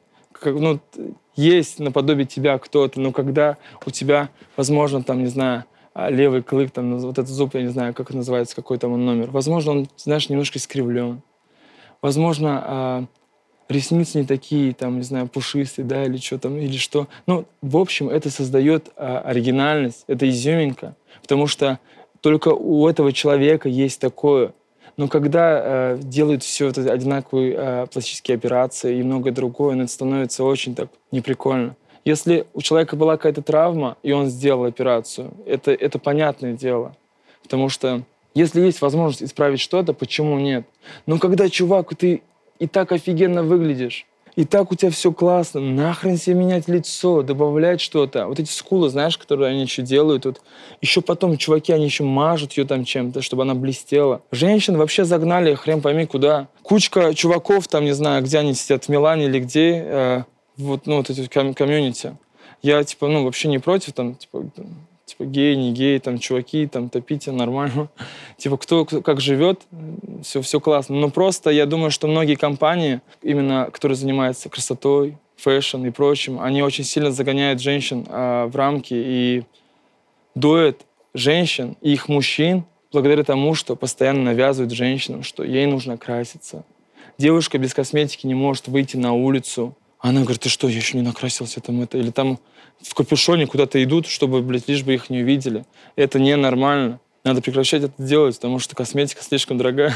Есть наподобие тебя кто-то, но когда у тебя, возможно, не знаю, левый клык, этот зуб, я не знаю, как это называется, какой там он номер, возможно, он, знаешь, немножко искривлен. Возможно, ресницы не такие, не знаю, пушистые, да, или что. В общем, это создает оригинальность, это изюминка, потому что только у этого человека есть такое. Но когда делают все одинаковые пластические операции и многое другое, это становится очень так неприкольно. Если у человека была какая-то травма, и он сделал операцию, это понятное дело. Потому что если есть возможность исправить что-то, почему нет? Но когда, чувак, ты и так офигенно выглядишь, и так у тебя все классно, нахрен себе менять лицо, добавлять что-то. Эти скулы, знаешь, которые они еще делают, еще потом чуваки, они еще мажут ее чем-то, чтобы она блестела. Женщин вообще загнали хрен пойми куда. Кучка чуваков, не знаю, где они сидят, в Милане или где, эти комьюнити. Я, типа, ну, вообще не против, там, типа, гей, не гей, там, чуваки, там, топите, нормально. Типа, кто как живет, все классно. Но просто я думаю, что многие компании, именно которые занимаются красотой, фэшн и прочим, они очень сильно загоняют женщин в рамки и дует женщин и их мужчин благодаря тому, что постоянно навязывают женщинам, что ей нужно краситься. Девушка без косметики не может выйти на улицу. Она говорит, ты что, я еще не накрасился там это. Или там в капюшоне куда-то идут, чтобы, блядь, лишь бы их не увидели. Это ненормально. Надо прекращать это делать, потому что косметика слишком дорогая.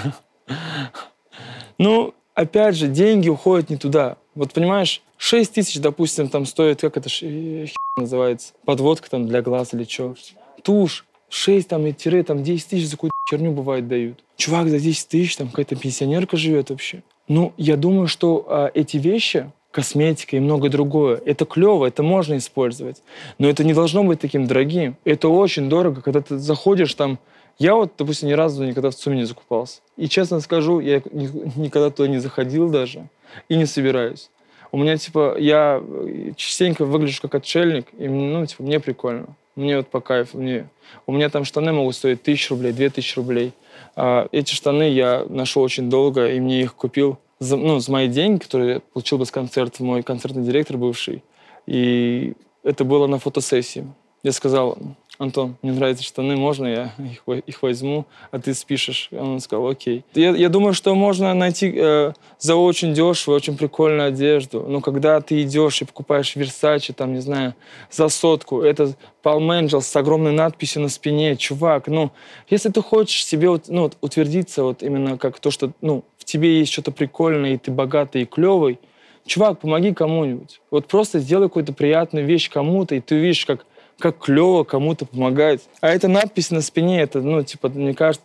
Ну, опять же, деньги уходят не туда. Вот понимаешь, 6 тысяч, допустим, там стоит, как это называется, подводка там для глаз или что. Тушь 6 там и тире, там 10 тысяч за какую-то херню бывает дают. Чувак за 10 тысяч, там какая-то пенсионерка живет вообще. Ну, я думаю, что эти вещи, косметика и многое другое, это клево, это можно использовать. Но это не должно быть таким дорогим. Это очень дорого, когда ты заходишь там. Я вот, допустим, ни разу никогда в ЦУМе не закупался. И честно скажу, я никогда туда не заходил даже и не собираюсь. У меня, типа, я частенько выгляжу как отшельник, и, ну, типа, мне прикольно. Мне вот по кайфу. У меня там штаны могут стоить 1000 рублей, 2000 рублей. Эти штаны я ношу очень долго, и мне их купил за мои деньги, которые я получил бы с концерта, мой концертный директор бывший. И это было на фотосессии. Я сказал, Антон, мне нравятся штаны, можно я их возьму, а ты спишешь? Он сказал, окей. Я думаю, что можно найти за очень дешево, очень прикольную одежду. Но когда ты идешь и покупаешь Versace, там, не знаю, за 100, это Palm Angels с огромной надписью на спине, чувак, ну, если ты хочешь себе утвердиться вот именно как то, что, ну, в тебе есть что-то прикольное, и ты богатый и клевый, чувак, помоги кому-нибудь. Вот просто сделай какую-то приятную вещь кому-то, и ты увидишь, как клево кому-то помогать. А эта надпись на спине, это, ну, типа, мне кажется,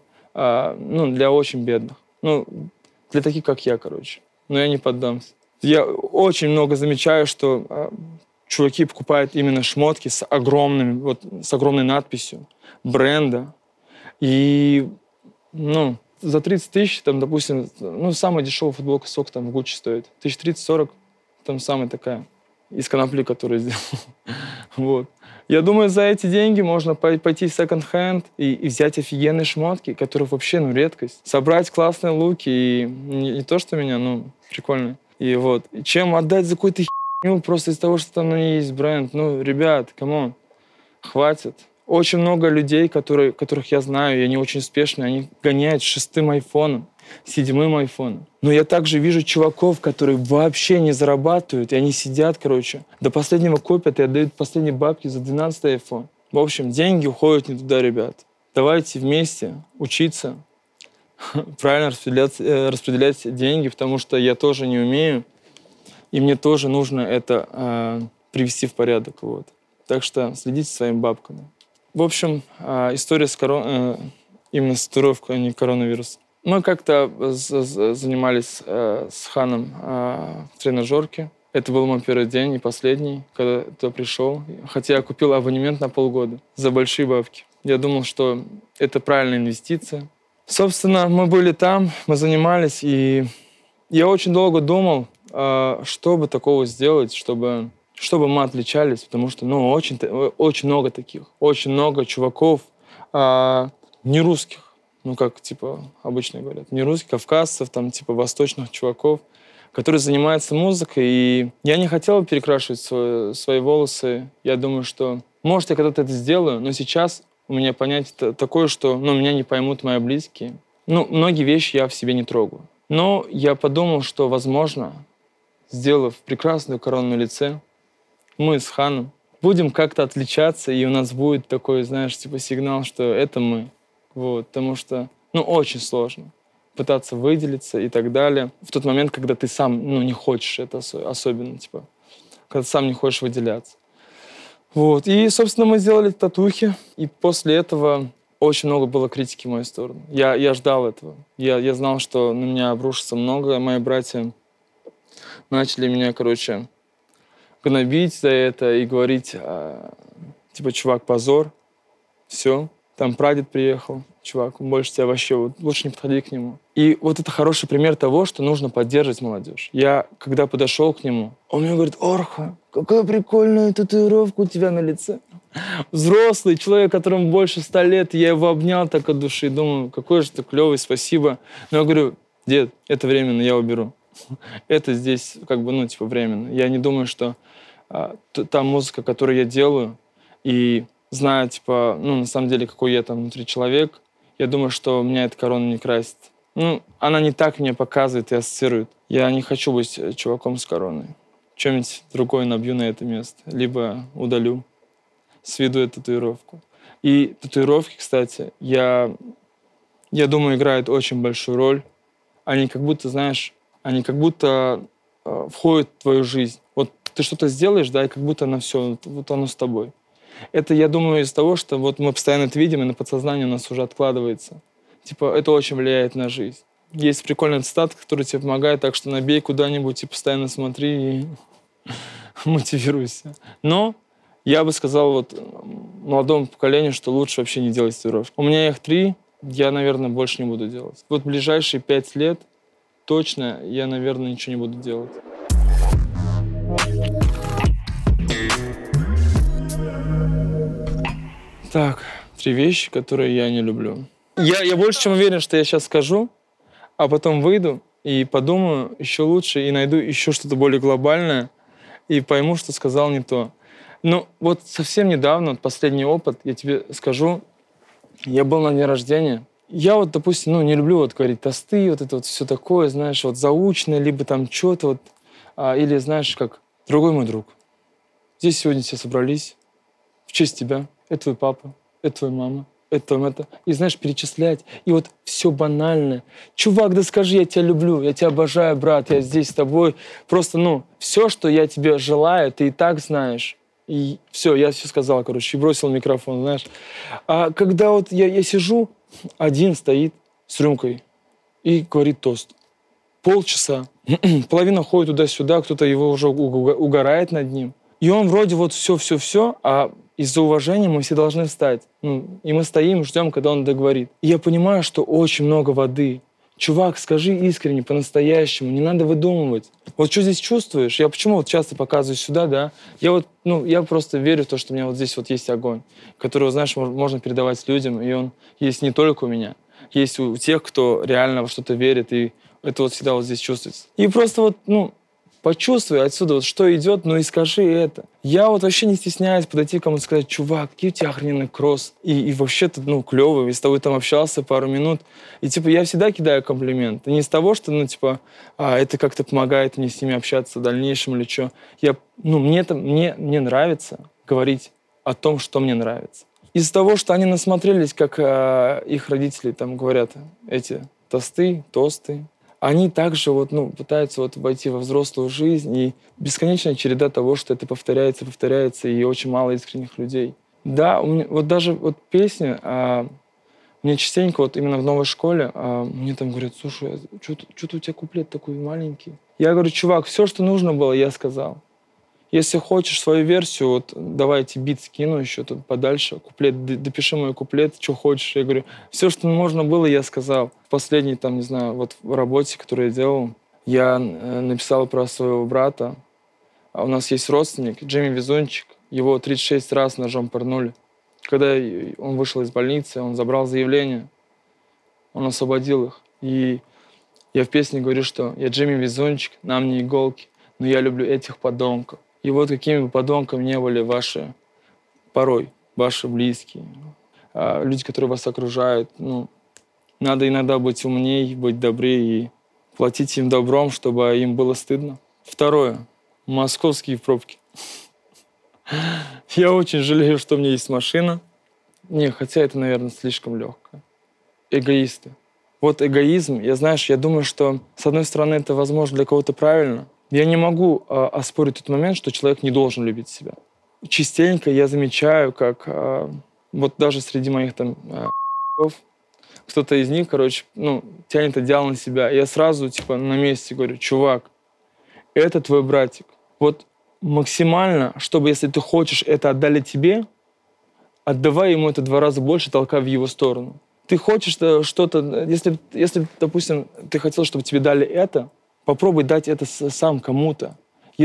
для очень бедных. Ну, для таких, как я, короче. Но я не поддамся. Я очень много замечаю, что чуваки покупают именно шмотки с огромной надписью бренда. И, ну, за 30 тысяч, там, допустим, ну, самая дешевая футболка сок там в Гуччи стоит. 1030-40, там самая такая, из конопли, которую сделал. Вот. Я думаю, за эти деньги можно пойти в секонд-хенд и взять офигенные шмотки, которые вообще, ну, редкость. Собрать классные луки и не то, что меня, ну, прикольно. И вот. Чем отдать за какую-то херню просто из-за того, что там на ней есть бренд. Ну, ребят, камон, хватит. Очень много людей, которых я знаю, и они очень успешные, они гоняют 6-м айфоном, 7-м айфоном. Но я также вижу чуваков, которые вообще не зарабатывают, и они сидят, короче, до последнего копят и отдают последние бабки за 12-й айфон. В общем, деньги уходят не туда, ребят. Давайте вместе учиться правильно распределять деньги, потому что я тоже не умею, и мне тоже нужно это привести в порядок. Вот. Так что следите за своими бабками. В общем, история именно с татуировкой, а не коронавирус. Мы как-то занимались с Ханом в тренажерке. Это был мой первый день и последний, когда я туда пришел. Хотя я купил абонемент на полгода за большие бабки. Я думал, что это правильная инвестиция. Собственно, мы были там, мы занимались, и я очень долго думал, что бы такого сделать, чтобы мы отличались, потому что, ну, очень много таких, очень много чуваков не русских, ну, как, типа, обычно говорят, не русских, кавказцев, там, типа, восточных чуваков, которые занимаются музыкой, и я не хотел перекрашивать свои волосы. Я думаю, что, может, я когда-то это сделаю, но сейчас у меня понятие такое, что, ну, меня не поймут мои близкие. Ну, многие вещи я в себе не трогаю. Но я подумал, что, возможно, сделав прекрасную корону на лице, мы с Ханом будем как-то отличаться, и у нас будет такой, знаешь, типа сигнал, что это мы. Вот, потому что, ну, очень сложно пытаться выделиться и так далее. В тот момент, когда ты сам, ну, не хочешь это особенно, типа, когда ты сам не хочешь выделяться. Вот, и, собственно, мы сделали татухи, и после этого очень много было критики в мою сторону. Я ждал этого. Я знал, что на меня обрушится много. Мои братья начали меня, короче, гнобить за это и говорить, типа, чувак, позор, все, там прадед приехал, чувак, он больше тебя вообще, вот, лучше не подходи к нему. И вот это хороший пример того, что нужно поддерживать молодежь. Я, когда подошел к нему, он мне говорит: Орха, какая прикольная татуировка у тебя на лице. Взрослый человек, которому больше 100 лет, я его обнял так от души, думаю, какой же ты клевый, спасибо. Но я говорю: дед, это временно, я уберу. Это здесь как бы, ну, типа, временно. Я не думаю, что та музыка, которую я делаю, и зная, типа, ну, на самом деле, какой я там внутри человек, я думаю, что меня эта корона не красит. Ну, она не так меня показывает и ассоциирует. Я не хочу быть чуваком с короной. Что-нибудь другое набью на это место. Либо удалю, сведу эту татуировку. И татуировки, кстати, я думаю, играют очень большую роль. Они как будто, знаешь, они как будто входят в твою жизнь. Вот ты что-то сделаешь, да, и как будто оно все, вот оно с тобой. Это, я думаю, из-за того, что вот мы постоянно это видим, и на подсознании у нас уже откладывается. Типа, это очень влияет на жизнь. Есть прикольная цитата, которая тебе помогает, так что набей куда-нибудь и постоянно смотри и мотивируйся. Но я бы сказал вот молодому поколению, что лучше вообще не делать татуировки. У меня их 3, я, наверное, больше не буду делать. Вот ближайшие 5 лет точно я, наверное, ничего не буду делать. Так, 3 вещи, которые я не люблю. Я больше чем уверен, что я сейчас скажу, а потом выйду и подумаю еще лучше и найду еще что-то более глобальное и пойму, что сказал не то. Ну, вот совсем недавно, вот последний опыт, я тебе скажу, я был на дне рождения. Я вот, допустим, ну, не люблю вот говорить тосты, вот это вот все такое, знаешь, вот заученное, либо там что-то вот, или, знаешь, как дорогой мой друг. Здесь сегодня все собрались в честь тебя. Это твой папа, это твоя мама, это там это. И, знаешь, перечислять. И вот все банальное. Чувак, да скажи, я тебя люблю, я тебя обожаю, брат, я здесь с тобой. Просто, ну, все, что я тебе желаю, ты и так знаешь. И все, я все сказал, короче, и бросил микрофон, знаешь. А когда вот я сижу, один стоит с рюмкой и говорит тост. Полчаса. Половина ходит туда-сюда, кто-то его уже угорает над ним. И он вроде вот все, а из-за уважения мы все должны встать. Ну, и мы стоим, ждем, когда он договорит. И я понимаю, что очень много воды. Чувак, скажи искренне, по-настоящему, не надо выдумывать. Вот что здесь чувствуешь? Я почему вот часто показываю сюда, да? Я вот, ну, я просто верю в то, что у меня вот здесь вот есть огонь, который, знаешь, можно передавать людям, и он есть не только у меня, есть у тех, кто реально во что-то верит, и это вот всегда вот здесь чувствуется. И просто вот, ну, почувствуй отсюда, вот что идет, ну и скажи это. Я вот вообще не стесняюсь подойти к кому-то и сказать: чувак, какие у тебя охрененный кросс. И вообще-то, ну, клевый, я с тобой там общался пару минут. И, типа, я всегда кидаю комплимент. И не из того, что, ну, типа, это как-то помогает мне с ними общаться в дальнейшем или что. Мне нравится говорить о том, что мне нравится. Из-за того, что они насмотрелись, как их родители там говорят эти тосты, они также вот, ну, пытаются вот войти во взрослую жизнь, и бесконечная череда того, что это повторяется, и очень мало искренних людей. Да, у меня, вот даже вот песни, мне частенько вот именно в новой школе мне там говорят: слушай, что-то у тебя куплет такой маленький. Я говорю: чувак, все, что нужно было, я сказал. Если хочешь свою версию, вот давай я тебе бит скину еще тут подальше, куплет, допиши мой куплет, что хочешь. Я говорю, все, что можно было, я сказал. В последней, там, не знаю, вот в работе, которую я делал, я написал про своего брата. У нас есть родственник, Джимми Везунчик. Его 36 раз ножом пырнули. Когда он вышел из больницы, он забрал заявление, он освободил их. И я в песне говорю, что я Джимми Везунчик, нам не иголки, но я люблю этих подонков. И вот какими бы подонками не были порой ваши близкие, люди, которые вас окружают, ну, надо иногда быть умнее, быть добрее и платить им добром, чтобы им было стыдно. Второе. Московские пробки. Я очень жалею, что у меня есть машина. Не, хотя это, наверное, слишком легко. Эгоисты. Вот эгоизм, я думаю, что, с одной стороны, это, возможно, для кого-то правильно. Я не могу оспорить тот момент, что человек не должен любить себя. Частенько я замечаю, как вот даже среди моих там кто-то из них, короче, ну, тянет одеяло на себя. И я сразу, типа, на месте говорю: чувак, это твой братик. Вот максимально, чтобы, если ты хочешь, это отдали тебе, отдавай ему это 2 раза больше, толкай в его сторону. ты хочешь что-то... Если, допустим, ты хотел, чтобы тебе дали это, попробуй дать это сам кому-то.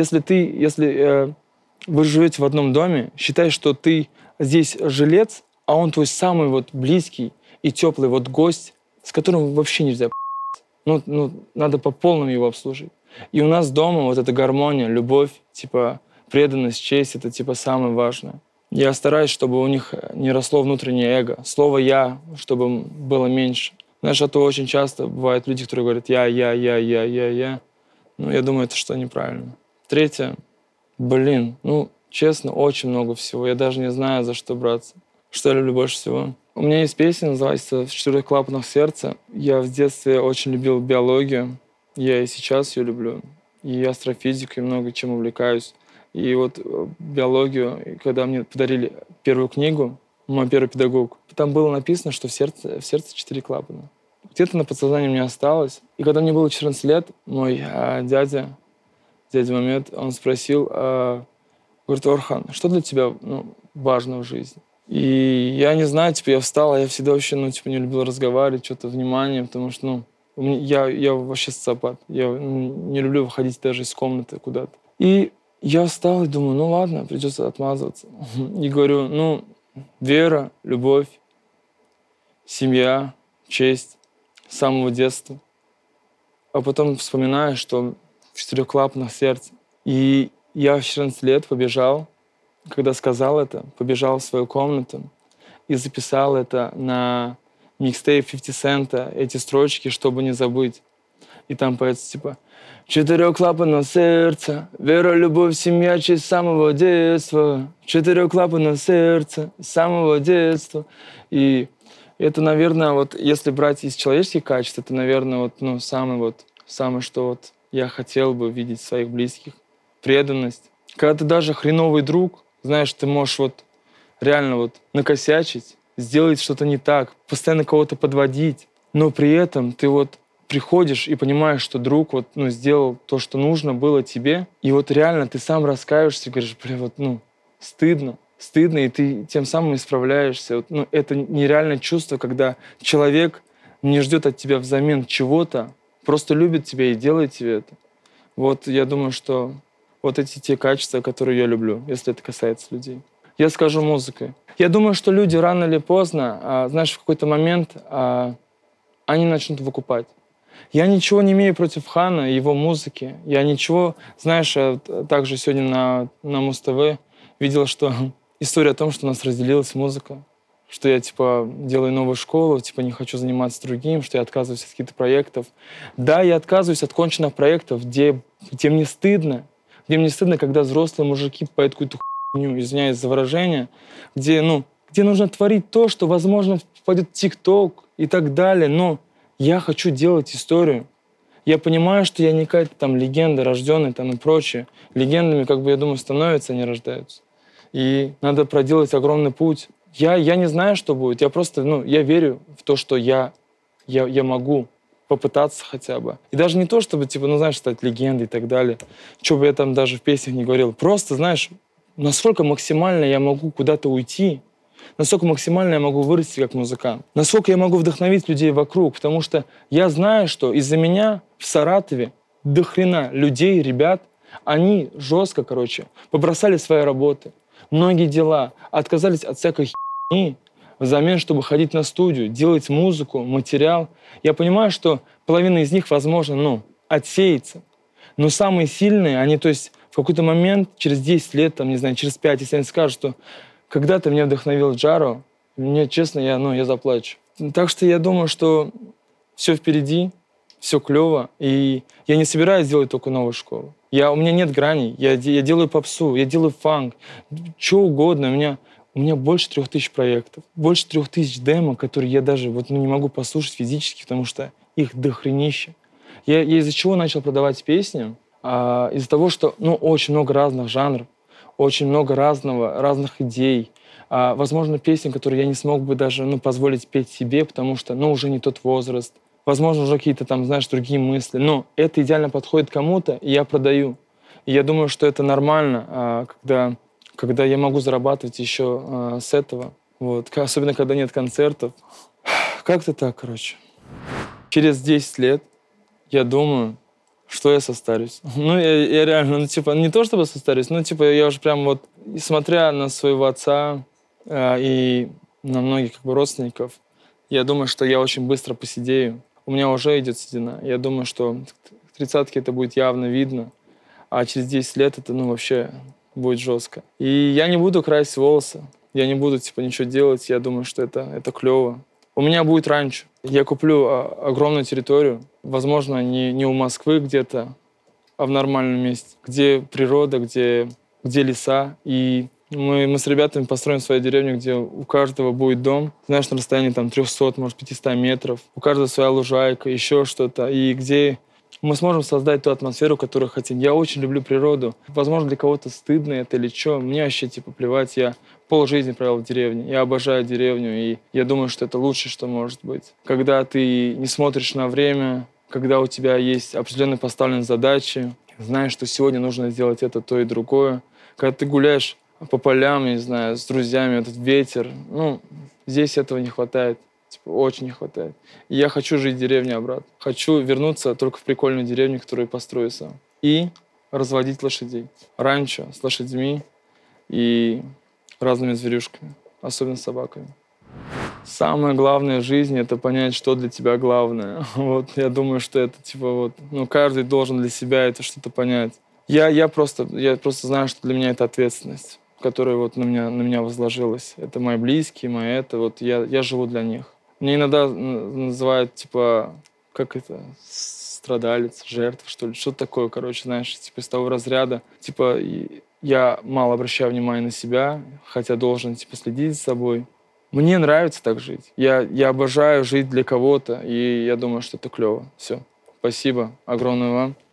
Если вы живете в одном доме, считай, что ты здесь жилец, а он твой самый вот близкий и теплый вот гость, с которым вообще нельзя надо по полному его обслужить. И у нас дома вот эта гармония, любовь, типа преданность, честь, это типа самое важное. Я стараюсь, чтобы у них не росло внутреннее эго. Слово «я», чтобы было меньше. Знаешь, а то очень часто бывают люди, которые говорят «я». Ну, я думаю, это что неправильно. Третье. Честно, очень много всего. Я даже не знаю, за что браться. Что я люблю больше всего? У меня есть песня, называется «В 4 клапанах сердца». Я в детстве очень любил биологию. Я и сейчас ее люблю. И астрофизику, и много чем увлекаюсь. И вот биологию, когда мне подарили первую книгу, мой первый педагог, там было написано, что в сердце 4 клапана. Где-то на подсознании у меня осталось. И когда мне было 14 лет, мой дядя Мамед, он спросил, говорит: Орхан, что для тебя важно в жизни? И я не знаю, я встал, а я всегда вообще, не любил разговаривать, что-то внимание, потому что, я вообще социопат. Я не люблю выходить даже из комнаты куда-то. И я встал и думаю, ладно, придется отмазываться. И говорю, вера, любовь, семья, честь с самого детства. А потом вспоминаю, что в 4 клапанах сердца. И я в 14 лет побежал, когда сказал это, побежал в свою комнату и записал это на микстейп 50 Цента, эти строчки, чтобы не забыть. И там поется типа: 4 клапана сердца, вера, любовь, семья, честь с самого детства. 4 клапана сердца, с самого детства. И это, наверное, если брать из человеческих качеств, это, наверное, самое, что я хотел бы видеть в своих близких. Преданность. Когда ты даже хреновый друг, знаешь, ты можешь реально накосячить, сделать что-то не так, постоянно кого-то подводить, но при этом ты приходишь и понимаешь, что друг сделал то, что нужно было тебе, и реально ты сам раскаиваешься, говоришь: стыдно, и ты тем самым исправляешься. Это нереальное чувство, когда человек не ждет от тебя взамен чего-то, просто любит тебя и делает тебе это. Я думаю, что эти те качества, которые я люблю, если это касается людей. Я скажу музыкой. Я думаю, что люди рано или поздно, в какой-то момент они начнут выкупать. Я ничего не имею против Хана и его музыки. Я ничего, также сегодня на Муз-ТВ видел, что история о том, что у нас разделилась музыка. Что я, делаю новую школу, не хочу заниматься другим, что я отказываюсь от каких-то проектов. Да, я отказываюсь от конченных проектов, где мне стыдно. Где мне стыдно, когда взрослые мужики поют какую-то хуйню, извиняюсь за выражение, где нужно творить то, что, возможно, попадет в ТикТок и так далее. Но я хочу делать историю. Я понимаю, что я не какая-то там легенда, рожденная и прочее. Легендами, я думаю, становятся, а не рождаются. И надо проделать огромный путь. Я не знаю, что будет. Я просто, я верю в то, что я могу попытаться хотя бы. И даже не то, чтобы, стать легендой и так далее. Что бы я там даже в песнях не говорил. Просто, насколько максимально я могу куда-то уйти, насколько максимально я могу вырасти как музыкант, насколько я могу вдохновить людей вокруг, потому что я знаю, что из-за меня в Саратове до хрена людей, ребят, они жестко, побросали свои работы, многие дела, отказались от всякой херни, взамен, чтобы ходить на студию, делать музыку, материал. Я понимаю, что половина из них, возможно, отсеется. Но самые сильные, они, в какой-то момент, через 10 лет, через 5, если они скажут, что когда-то меня вдохновил Джаро, мне, честно, я заплачу. Так что я думаю, что все впереди, все клево, и я не собираюсь делать только новую школу. У меня нет граней, я делаю попсу, я делаю фанк, что угодно. У меня больше 3000 проектов, больше 3000 демо, которые я даже не могу послушать физически, потому что их дохренища. Я из-за чего начал продавать песни? Из-за того, что очень много разных жанров, очень много разных идей. Возможно, песни, которые я не смог бы даже позволить петь себе, потому что уже не тот возраст. Возможно, уже какие-то другие мысли. Но это идеально подходит кому-то, и я продаю. И я думаю, что это нормально, когда я могу зарабатывать еще с этого. Особенно, когда нет концертов. Как-то так, короче. Через 10 лет я думаю, что я состарюсь. Ну, я реально, ну, типа, не то чтобы состарюсь, но, типа, я уже прям вот, смотря на своего отца и на многих, как бы, родственников, я думаю, что я очень быстро посидею. У меня уже идет седина. Я думаю, что к 30-ке это будет явно видно, а через 10 лет это, ну, вообще будет жестко. И я не буду красить волосы, я не буду, типа, ничего делать, я думаю, что это клево. У меня будет ранчо. Я куплю огромную территорию, возможно, не у Москвы где-то, а в нормальном месте, где природа, где леса. И мы с ребятами построим свою деревню, где у каждого будет дом, знаешь, на расстоянии там 300, может, 500 метров. У каждого своя лужайка, еще что-то. И где мы сможем создать ту атмосферу, которую хотим. Я очень люблю природу. Возможно, для кого-то стыдно это или что. Мне вообще, типа, плевать. Я полжизни провел в деревне. Я обожаю деревню, и я думаю, что это лучшее, что может быть. Когда ты не смотришь на время, когда у тебя есть определенно поставленные задачи, знаешь, что сегодня нужно сделать это, то и другое. Когда ты гуляешь по полям, я не знаю, с друзьями, этот ветер, ну, здесь этого не хватает. Типа, очень не хватает. И я хочу жить в деревне обратно. Хочу вернуться только в прикольную деревню, которую я построю сам. И разводить лошадей. Ранчо с лошадьми и разными зверюшками, особенно с собаками. Самое главное в жизни — это понять, что для тебя главное. Вот, я думаю, что это, типа, вот, ну, каждый должен для себя это что-то понять. Я просто знаю, что для меня это ответственность, которая вот на меня возложилась. Это мои близкие, вот я живу для них. Мне иногда называют, типа, как это, страдалец, жертва, что ли, что-то такое, короче, знаешь, типа, из того разряда. Типа, я мало обращаю внимания на себя, хотя должен, типа, следить за собой. Мне нравится так жить. Я обожаю жить для кого-то, и я думаю, что это клево. Все. Спасибо огромное вам.